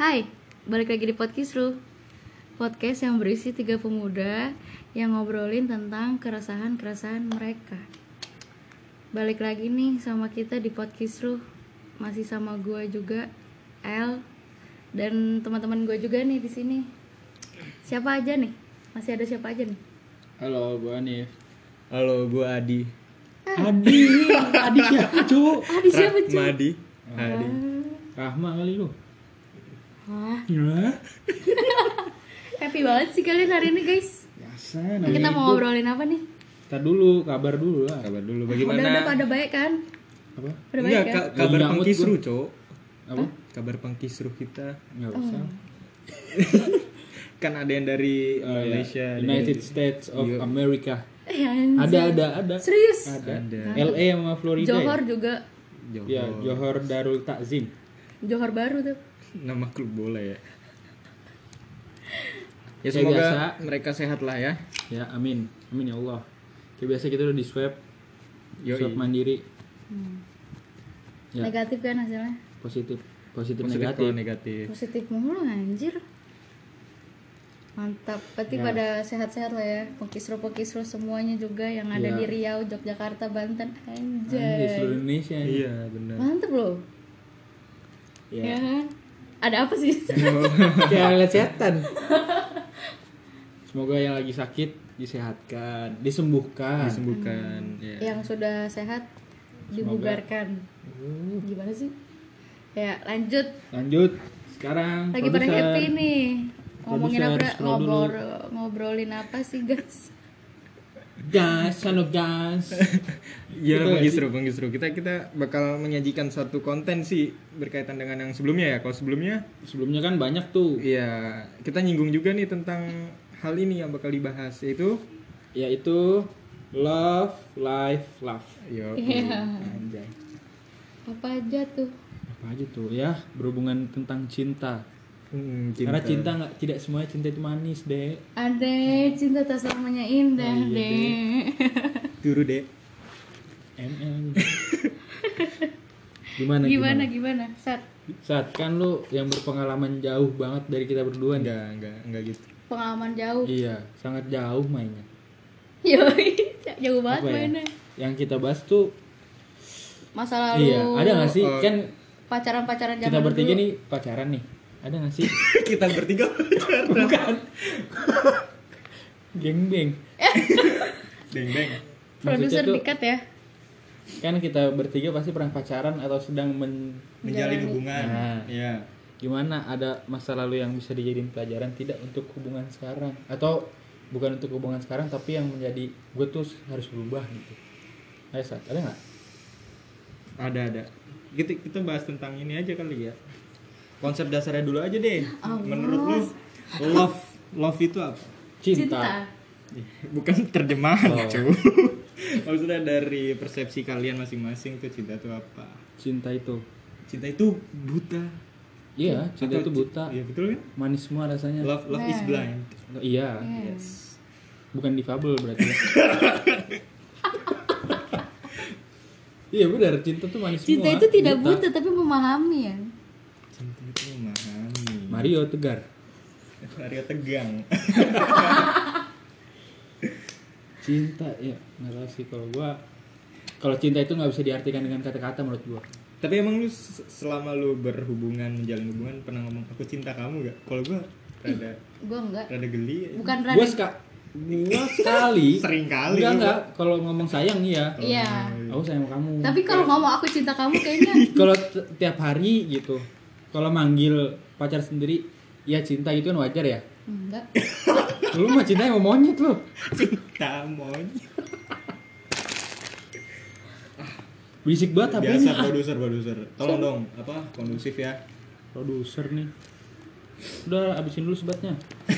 Hai, balik lagi di Podcast yang berisi 3 pemuda yang ngobrolin tentang keresahan-keresahan mereka. Balik lagi nih sama kita di Podcast. Masih sama gue juga, El, dan teman-teman gue juga nih di sini. Siapa aja nih? Masih ada siapa aja nih? Halo, gue Anif. Halo, gue Adi. Adi siapa, cu? Adi siapa cuy? Adi. Adi. Rahma kali lu. Wah, Hah? happy banget sih kalian hari ini guys. Biasa. Kita mau ngobrolin apa nih? Ntar dulu, kabar dulu lah. Kabar dulu bagaimana? Udah pada baik kan? Apa? Pada baik Enggak, kan? kabar Lagi nyamut pengkisru, gua. Cok. Apa? Kabar pengkisru kita. Nggak usah. Kan ada yang dari Oh, ya. Malaysia, United dari- States of Iya. America. Anjir. Ada. Serius? Ada. Ada. LA sama Florida. Johor juga. Johor. Ya, Johor Darul Takzim. Johor baru tuh. Nama klub bola ya. Ya Kayak semoga biasa. mereka sehat lah ya. Ya, amin. Amin ya Allah. Kayak biasa kita udah di swab. Yoi. Swab mandiri. Ya, Negatif kan hasilnya? positif Positif negatif. kalau negatif. Positif mulu anjir. Mantap. Berarti Ya. pada sehat-sehat lah ya. Pekisru semuanya juga yang ada Ya. di Riau, Yogyakarta, Banten. Anjir, Anjay. seluruh Indonesia. Iya, benar. Mantap loh. Ya Ya. kan? Ada apa sih? Kayak ngeliat setan. Semoga yang lagi sakit disehatkan, disembuhkan. Disembuhkan. Ya. Yang sudah sehat dibugarkan. Gimana sih? Ya, lanjut. Lanjut. Sekarang Lagi pada produser. happy nih. Ngomongin Produser, apa? scroll dulu. Ngobrolin apa sih, guys? Gas, halo gas. Ya, Gitu ya, pengkisru. Kita bakal menyajikan satu konten sih berkaitan dengan yang sebelumnya ya. Kalau sebelumnya, Sebelumnya kan banyak tuh, iya kita nyinggung juga nih tentang hal ini yang bakal dibahas yaitu, yaitu love, life, love. yo, Iya. Anjay. Apa aja tuh? Apa aja tuh ya, berhubungan tentang cinta. Karena cinta nggak, tidak semuanya cinta itu manis, Dek. Ade, cinta tak selamanya indah, Oh, iya, Dek. Turu deh. ML. Gimana? Saat Kan lu yang berpengalaman jauh banget dari kita berdua nih. Enggak gitu. pengalaman jauh. Iya, sangat jauh mainnya. Yoi, jauh banget Apa ya? mainnya. Yang kita bahas tuh, Masa lalu. iya, ada nggak sih? Oh, Kan Pacaran-pacaran zaman kita bertiga dulu. nih pacaran nih, ada nggak sih? Kita bertiga Bukan. Geng-beng. Deng. Produser Maksudnya tuh, dikat ya. kan kita bertiga pasti pernah pacaran atau sedang Menjalin Menjalani. hubungan. Nah. Iya. gimana, ada masa lalu yang bisa dijadiin pelajaran tidak untuk hubungan sekarang, atau bukan untuk hubungan sekarang tapi yang menjadi gue tuh harus berubah gitu. Ayo Sat, ada nggak? Ada. Kita bahas tentang ini aja kali ya. Konsep dasarnya dulu aja deh. Allah. Menurut lu love itu apa? Cinta. Bukan terjemahan, Oh. cuy. Maksudnya dari persepsi kalian masing-masing tuh cinta itu apa? Cinta itu, Cinta itu buta. iya, cinta Atau itu buta, Iya, betul kan? manis semua rasanya. Love is Nah. blind. Iya, Yes. bukan difabel berarti. Iya benar, cinta tuh manis Cinta semua. itu tidak buta tapi memahami ya. Cinta itu memahami. Mario Tegar. Mario tegang. Cinta ya, nggak tahu sih kalau gua. Kalau cinta itu nggak bisa diartikan dengan kata-kata menurut gua. Tapi emang lu selama lu menjalin hubungan pernah ngomong aku cinta kamu gak? Kalau gua Gua enggak. rada geli. Ya. Bukan Gua rada. gua sekali. Sering kali. Enggak. Kalau ngomong sayang iya. Iya. Aku sayang sama kamu. Tapi kalau ngomong aku cinta kamu kayaknya Kalau tiap hari gitu. Kalau manggil pacar sendiri, ya cinta gitu kan wajar ya. enggak. Lu mah cinta sama monyet lu. Cinta monyet. Berisik banget Biasa HP-nya. produser. Tolong dong, kondusif ya. Produser nih. Udah abisin dulu sebatnya.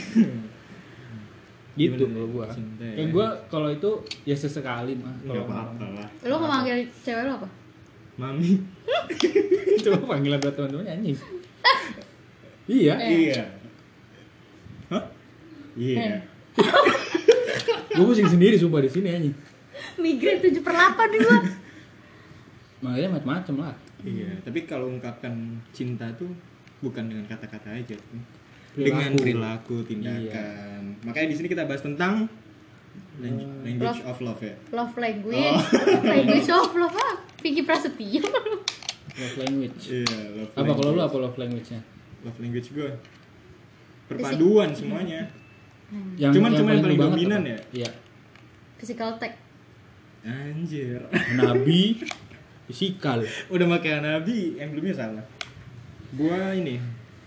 Gitu Gimana kalau nih? gua. Cinta ya. Kayak gua kalau itu ya sesekali mah. Enggak apa-apa lah. Lu mau manggil cewek lu apa? Mami. Coba panggilan buat teman-teman anjing. Iya. Iya. Hah? Iya. Gua pusing sendiri sumpah di sini anjing. Migrain 7/8 nih gua. Makanya macam-macam lah. Iya, tapi kalau ungkapkan cinta tuh bukan dengan kata-kata aja, Perilaku. dengan perilaku, tindakan. Makanya di sini kita bahas tentang language of love ya. Love language of love ah. Vicky Prasetyo. Love language. Iya, love Apa kalau lu language. apa love language-nya? Love language gue perpaduan semuanya. Yang Cuman yang paling lu banget dominan apa? ya? Iya. Physical tag. Anjir. Nabi fisikal. Udah pakai Nabi, emblemnya salah. Gua ini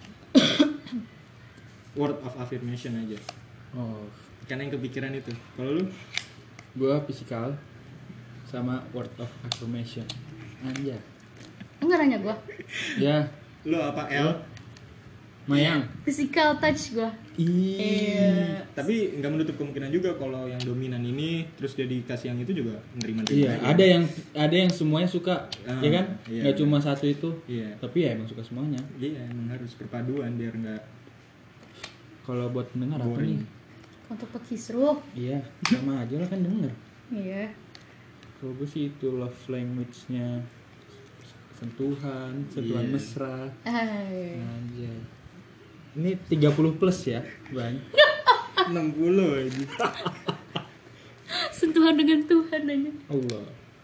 word of affirmation aja. Oh, Karena yang kepikiran itu. Kalau lu? gua fisikal sama word of affirmation. Anjay. Enggak nanya gua. Ya, Lu apa L? Mayang. Physical touch gua. Iya. Tapi nggak menutup kemungkinan juga kalau yang dominan ini terus dia dikasih yang itu juga menerima Iya, aja. ada yang semuanya suka, Ah, ya kan? iya. Nggak cuma satu itu. Iya. Tapi ya emang suka semuanya. Iya, emang harus perpaduan biar nggak Kalau buat pendengar apa boring. nih? Untuk pekisruh. Iya, sama aja lah kan denger. Iya. Kalau gue sih itu love language-nya sentuhan Iya. mesra. Hai. Anjay. Ini 30 plus ya, Bang. 60 aja. Sentuhan dengan Tuhan aja. Allah.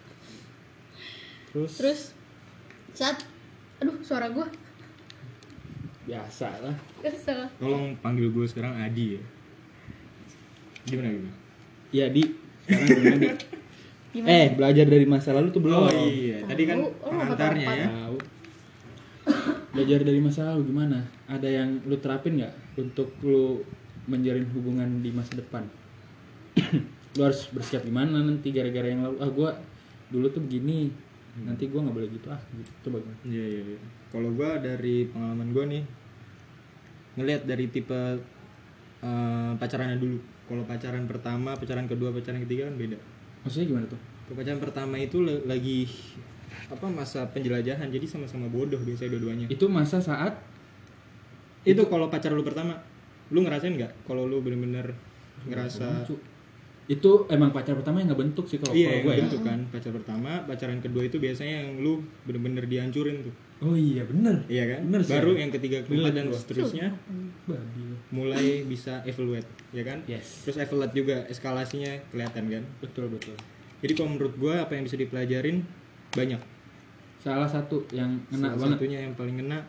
Terus saat aduh suara gua Biasa lah. kesel. Tolong panggil gue sekarang Adi ya. Gimana gitu? Ya di sekarang gimana, Di? Gimana? Belajar dari masa lalu tuh belum. Oh iya, tadi kan Tahu. Oh, pengantarnya ya. Tahu. Belajar dari masa lalu gimana? Ada yang lu terapin nggak untuk lu menjalin hubungan di masa depan? Lu harus bersiap gimana nanti gara-gara yang lalu? Gua dulu tuh begini, nanti gua nggak boleh gitu gitu. Coba gimana? Iya iya. Iya. Kalau gue dari pengalaman gue nih ngelihat dari tipe pacarannya dulu. Kalau pacaran pertama, pacaran kedua, pacaran ketiga kan beda. Maksudnya gimana tuh? Kalau pacaran pertama itu lagi apa masa penjelajahan, jadi sama-sama bodoh biasanya dua-duanya. Itu masa saat Itu kalau pacar lu pertama, lu ngerasain nggak? Kalau lu bener-bener ngerasa Cu. Itu emang pacar pertama yang nggak bentuk sih kalau iya, gue ya. gitu kan. Pacar pertama, pacaran kedua itu biasanya yang lu bener-bener dihancurin tuh. Oh iya bener. Iya kan? Bener sih. Baru yang ketiga, keempat Relate dan gua. seterusnya Babi. mulai bisa evaluate, ya kan? Yes. Terus evaluate juga eskalasinya kelihatan kan? Betul betul. Jadi kalau menurut gua apa yang bisa dipelajarin banyak. Salah satu yang ngena Salah banget. satunya yang paling ngena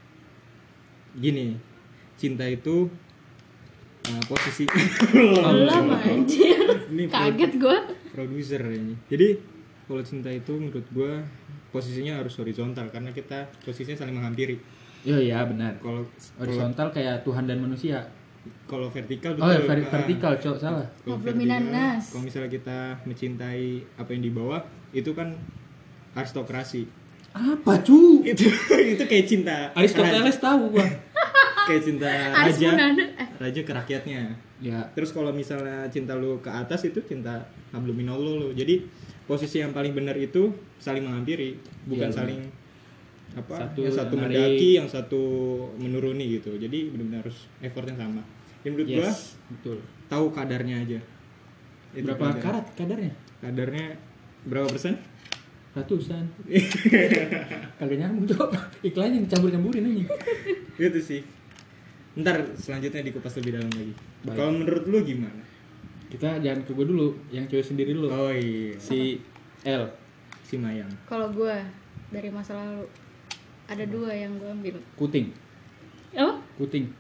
gini, cinta itu posisi Belum anjir. Ini Kaget gua. produser ini. Jadi kalau cinta itu menurut gua posisinya harus horizontal karena kita posisinya saling menghampiri. Iya benar. Kalau Horizontal kayak Tuhan dan manusia. kalau vertikal Oh ya, betul. vertikal, cok, salah. Kalau Habluminan vertikal, nas. kalau misalnya kita mencintai apa yang di bawah itu kan aristokrasi. Apa, cu? Itu kayak cinta Aristoteles tahu gua. kayak cinta Aris raja Munana. raja ke rakyatnya. Ya, Terus kalau misalnya cinta lu ke atas itu cinta habluminallah lu. Jadi posisi yang paling benar itu saling menghampiri, bukan Iya, saling apa Satu yang satu narik. mendaki, yang satu menuruni gitu. Jadi benar-benar harus effort yang sama. Yang menurut gua yes, betul. tahu kadarnya aja. Itu Berapa pelajaran. karat kadarnya? Kadarnya berapa persen? Ratusan. Kagak nyambung, cok. Iklannya dicampur-campurin aja. Gitu sih. Ntar selanjutnya dikupas lebih dalam lagi. Baik. Kalau menurut lu gimana? Kita jangan ke gua dulu, yang cewek sendiri dulu. Oh iya, Si L. si Mayang. Kalau gua dari masa lalu ada dua yang gua ambil. Kuting. Oh, Kuting.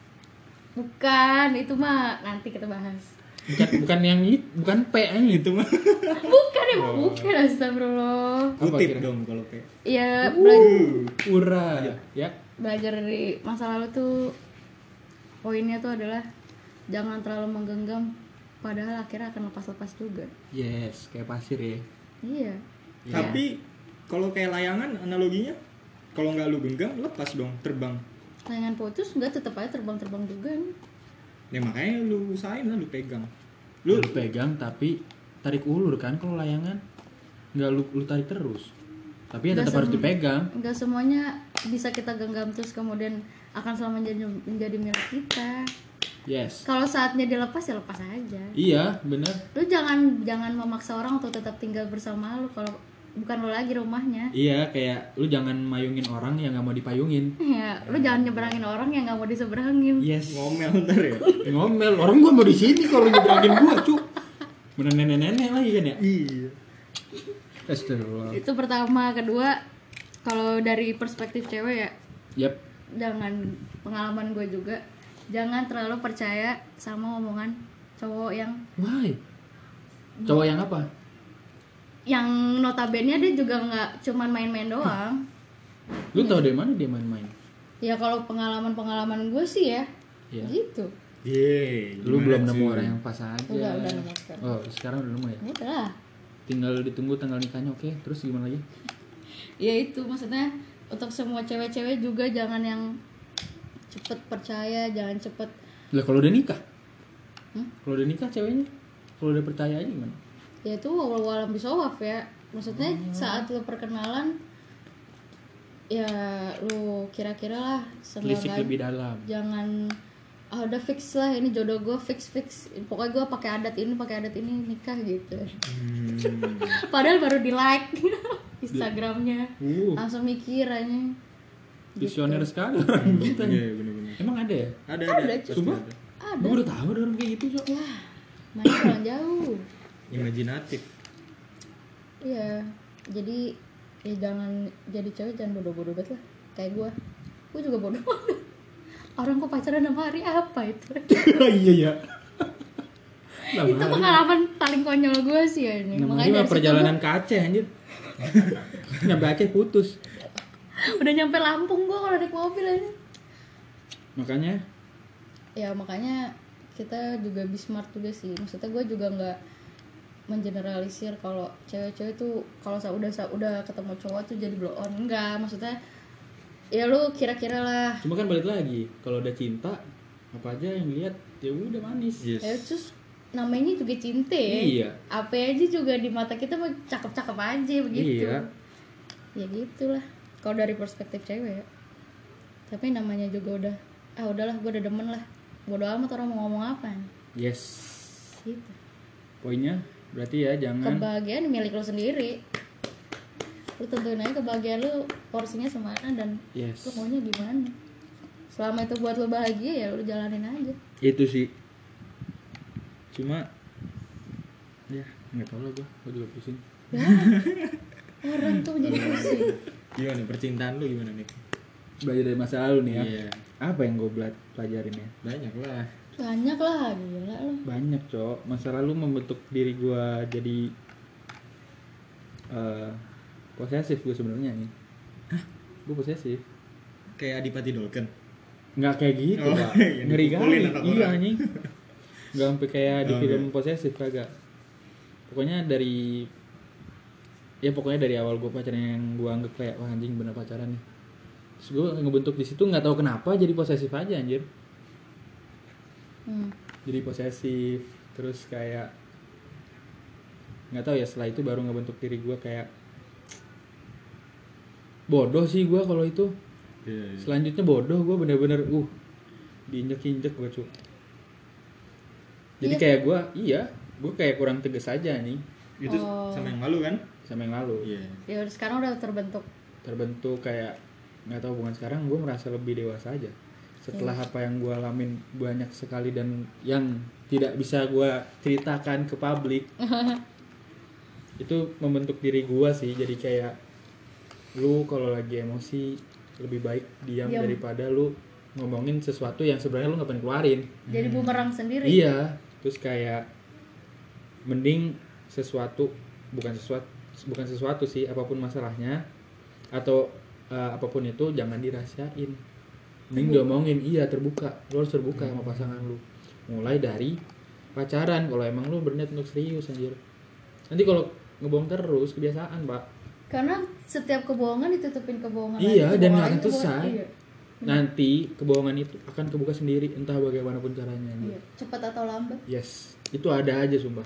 bukan, itu mah nanti kita bahas. Bukan yang itu, bukan P aja. Itu mah Bukan emang bukan, astagfirullah. Apa kutip kira? dong kalau kayak. Ya Ura. Ya. belajar dari masa lalu tuh poinnya tuh adalah jangan terlalu menggenggam, padahal akhirnya akan lepas-lepas juga. Yes, kayak pasir ya. Iya. Tapi kalau kayak layangan analoginya, kalau nggak lu genggam lepas dong terbang. Layangan putus nggak, tetap aja terbang-terbang juga nih. Ya makanya lu usahain lah lu pegang. Lu pegang tapi tarik ulur kan kalau layangan. Nggak lu tarik terus. Tapi ya Nggak tetap harus dipegang. Nggak semuanya bisa kita genggam terus kemudian akan selalu menjadi milik kita. Yes. Kalau saatnya dilepas ya lepas aja. Iya, bener. Lu jangan memaksa orang untuk tetap tinggal bersama lu kalau bukan lo lagi rumahnya. Iya, kayak lu jangan mayungin orang yang nggak mau dipayungin. Ya, lu jangan nyeberangin orang yang nggak mau diseberangin. Yes. Ngomel ntar ya. Ngomel, orang gua mau di sini kalau nyeberangin gua, cu. Bener nenek-nenek lagi kan ya? Iya. Astagfirullah. Itu pertama. Kedua, kalau dari perspektif cewek ya, Yap. jangan, pengalaman gue juga, jangan terlalu percaya sama omongan cowok yang Why? Cowok yang apa? notabene dia juga nggak cuman main-main doang. Lu tau dari mana dia main-main? Ya kalau pengalaman gue sih ya, Iya. gitu. Yeay. Lu gimana, belum nemu cuy? orang yang pas aja. Udah nemu sekarang. Oh, sekarang udah nemu ya? Udah lah. Tinggal ditunggu tanggal nikahnya, oke. Terus gimana lagi? Ya itu maksudnya untuk semua cewek-cewek juga jangan yang cepet percaya, jangan cepet. Lah kalau udah nikah? Hmm? Kalau udah nikah ceweknya? Kalau udah percaya aja gimana? Ya itu walau bisawaf ya. Maksudnya saat lu perkenalan, ya lu kira-kira lah Telisik sengaja. lebih dalam. Jangan udah fix lah ini jodoh gue, fix pokoknya gue pakai adat ini nikah gitu. Padahal baru di like Instagramnya, langsung mikir aja. Visioner sekali orang kita. Iya, bener-bener. Emang ada ya? Ada. Cuk. Sumpah? Ada. Gue baru tahu ada orang kayak gitu, Cok. Ya, mana orang jauh. Imajinatif. Iya, jadi ya jangan jadi cewek, jangan bodoh-bodoh banget lah. Kayak gue juga bodoh. Orang kok pacaran 6 hari apa itu? Iya ya. Itu pengalaman paling konyol gue sih ya ini. Makanya dari situ perjalanan ke Aceh anjir. Nyampe Aceh putus. udah nyampe Lampung gue kalau naik mobil aja. Makanya Makanya kita juga be smart juga sih. Maksudnya gue juga nggak mengeneralisir kalau cewek-cewek tuh kalau udah ketemu cowok tuh jadi blow on. Enggak, maksudnya ya lu kira-kira lah. cuma kan balik lagi, kalau udah cinta apa aja yang lihat ya udah manis. Yes. Ya terus namanya juga cinta ya. Iya. Apa aja juga di mata kita mah cakep-cakep aja begitu. Iya. Ya gitulah. Kalau dari perspektif cewek ya. Tapi namanya juga udahlah gue udah demen lah. Bodo amat orang mau ngomong apa. Yes. Gitu. Poinnya berarti ya jangan Kebahagiaan milik lo sendiri. Lu tentuin aja kebahagiaan lu porsinya semana dan yes. lu maunya gimana. Selama itu buat lo bahagia ya lu jalanin aja. Itu sih. Cuma ya nggak tahu lah gue juga pusing. Ya. Orang tuh jadi pusing. Gimana percintaan lu gimana nih? Belajar dari masa lalu nih ya. Iya. Apa yang gue pelajarin ya? Banyak lah. Banyak lah, gila lo. Banyak, Cok. Masa lalu membentuk diri gue jadi posesif gue sebenarnya nih. Hah? Gue posesif. Kayak Adipati Dolken. Nggak kayak gitu, Oh, Pak. yang Ngeri dipukulin kali. anak Iya orang. anjing. Nggak sampai kayak di Oh, film enggak. posesif kagak. Pokoknya dari awal gue pacaran yang gue anggap kayak wah anjing bener pacaran nih. Terus gue ngebentuk di situ nggak tahu kenapa jadi posesif aja anjir. Jadi posesif terus kayak nggak tahu ya, setelah itu baru ngebentuk diri gue kayak bodoh sih gue kalau itu. Iya. Selanjutnya bodoh gue bener-bener diinjek-injek gue cuy. Jadi Iya. kayak gue kayak kurang tegas aja nih Itu sama yang malu kan? sama yang lalu. Iya. Ya sekarang udah terbentuk. Kayak nggak tahu hubungan sekarang gue merasa lebih dewasa aja setelah apa yang gue alamin banyak sekali dan yang tidak bisa gue ceritakan ke publik. Itu membentuk diri gue sih, jadi kayak lu kalau lagi emosi lebih baik diam daripada lu ngomongin sesuatu yang sebenarnya lu nggak pengen keluarin. Jadi bumerang sendiri. Iya, terus kayak mending bukan sesuatu sih, apapun masalahnya atau apapun itu jangan dirahasiain. Mending diomongin, terbuka. Lu harus terbuka sama pasangan lu. Mulai dari pacaran kalau emang lu berniat untuk serius anjir. Nanti kalau ngebohong terus kebiasaan, Pak. Karena setiap kebohongan ditutupin kebohongan Iya, lagi, dan kebohongan nggak akan lagi, kebohongan- selesai. Iya. Nanti kebohongan itu akan kebuka sendiri entah bagaimanapun caranya. Iya, cepat atau lambat. Yes, itu ada aja sumpah.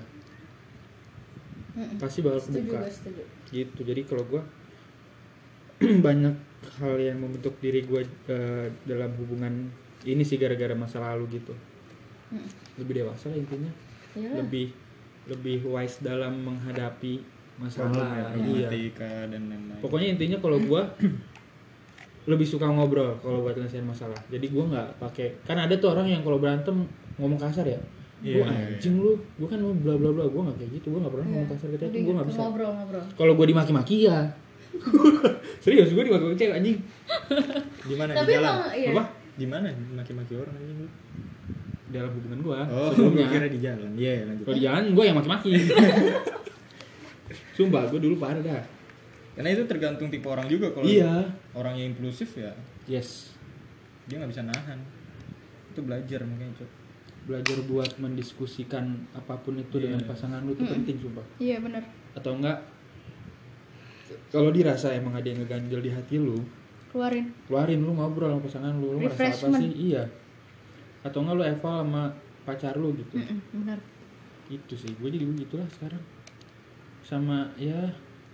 Pasti bakal Setuju kebuka. gue, setuju. Gitu. Jadi kalau gue banyak hal yang membentuk diri gue dalam hubungan ini sih gara-gara masa lalu gitu. Lebih dewasa lah intinya. Iyalah. Lebih wise dalam menghadapi masalah. Iya. problematika dan lain-lain. Pokoknya intinya kalau gua lebih suka ngobrol kalau buat nyelesain masalah. Jadi gua nggak pakai, kan ada tuh orang yang kalau berantem ngomong kasar ya. Iya, Gua anjing lu, gua kan mau bla bla bla, gua nggak kayak gitu, gua nggak pernah ngomong kasar ke cewek, Jadi gua nggak bisa. ngobrol. Kalau gua dimaki-maki ya. Serius gua dimaki-maki cewek anjing. Di mana? Tapi Di jalan? emang iya. Apa? Di mana maki-maki orang anjing lu? Dalam hubungan gua. Oh, sebelumnya. gua kira di jalan. Iya, lanjut. Kalau di jalan gua yang maki-maki. Sumpah gua dulu parah dah. Karena itu tergantung tipe orang juga. Kalau Iya. orang yang impulsif ya Yes. dia nggak bisa nahan. Itu belajar makanya, Cok. Belajar buat mendiskusikan apapun itu dengan pasangan lu itu penting sumpah. Iya benar. Atau enggak kalau dirasa emang ada yang ngeganjel di hati lu, keluarin lu ngobrol sama pasangan lu merasa apa Refreshment. sih? Iya. Atau enggak lu eval sama pacar lu gitu. Benar. Itu sih, gue jadi begitulah sekarang. Sama ya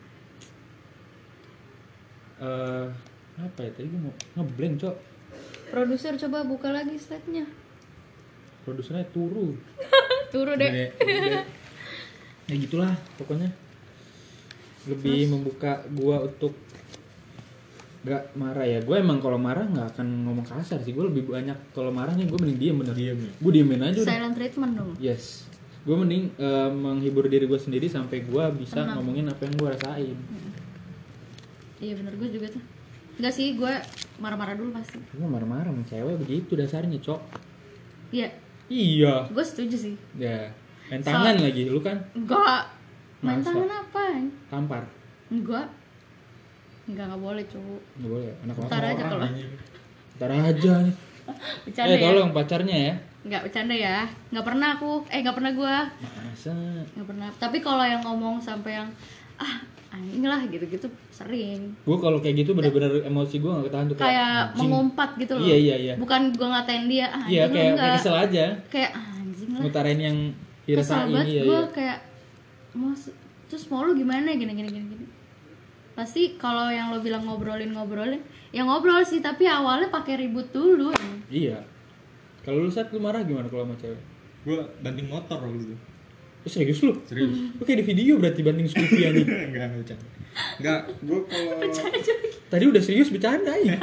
apa ya tadi gue mau ngeblank cok. Produser coba buka lagi slide-nya. Produsernya turu. Turu deh. Ya gitulah pokoknya. Lebih membuka gua untuk gak marah ya. Gue emang kalau marah nggak akan ngomong kasar sih. Gue lebih banyak kalau marahnya gue mending diem bener. Diem ya? Gue diemin aja udah. Silent treatment dong. Yes. Gue mending menghibur diri gue sendiri sampai gue bisa Tenang. ngomongin apa yang gue rasain. Iya benar, gue juga tuh. Enggak sih, gue marah-marah dulu pasti. Gue marah-marah sama cewek begitu dasarnya cok. Iya, Iya. gue setuju sih. Ya. Main tangan lagi lu kan. Enggak. Main Masa? tangan apa? Tampar. Enggak, nggak boleh cowok. Nggak boleh. Anak Ntar orang. aja kalau. Ntar aja. Bercanda ya? Tolong pacarnya ya. Nggak bercanda ya. Nggak pernah aku. Nggak pernah gue. Masa? Nggak pernah. Tapi kalau yang ngomong sampai yang anjing lah gitu-gitu sering. Gue kalau kayak gitu bener-bener emosi gue gak ketahan tuh Kayak anjing. mengumpat gitu loh. Iya. Bukan gue ngatain dia. Iya Anjing lu kayak enggak. kesel aja. Kayak anjing lah. Ngutarain yang Kesel dirasain. banget Iya, gue iya. kayak terus mau lu gimana gini. Pasti kalau yang lo bilang ngobrolin ya ngobrol sih, tapi awalnya pakai ribut dulu. Iya. Kalau lu saat lu marah gimana kalau sama cewek? Gue banting motor loh gitu. Serius lu? Serius. Lu kayak di video berarti banting Scoopy anjing. Enggak bercanda. Enggak, gue kalau Tadi udah serius bercanda ya.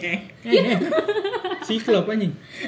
Siklop anjing.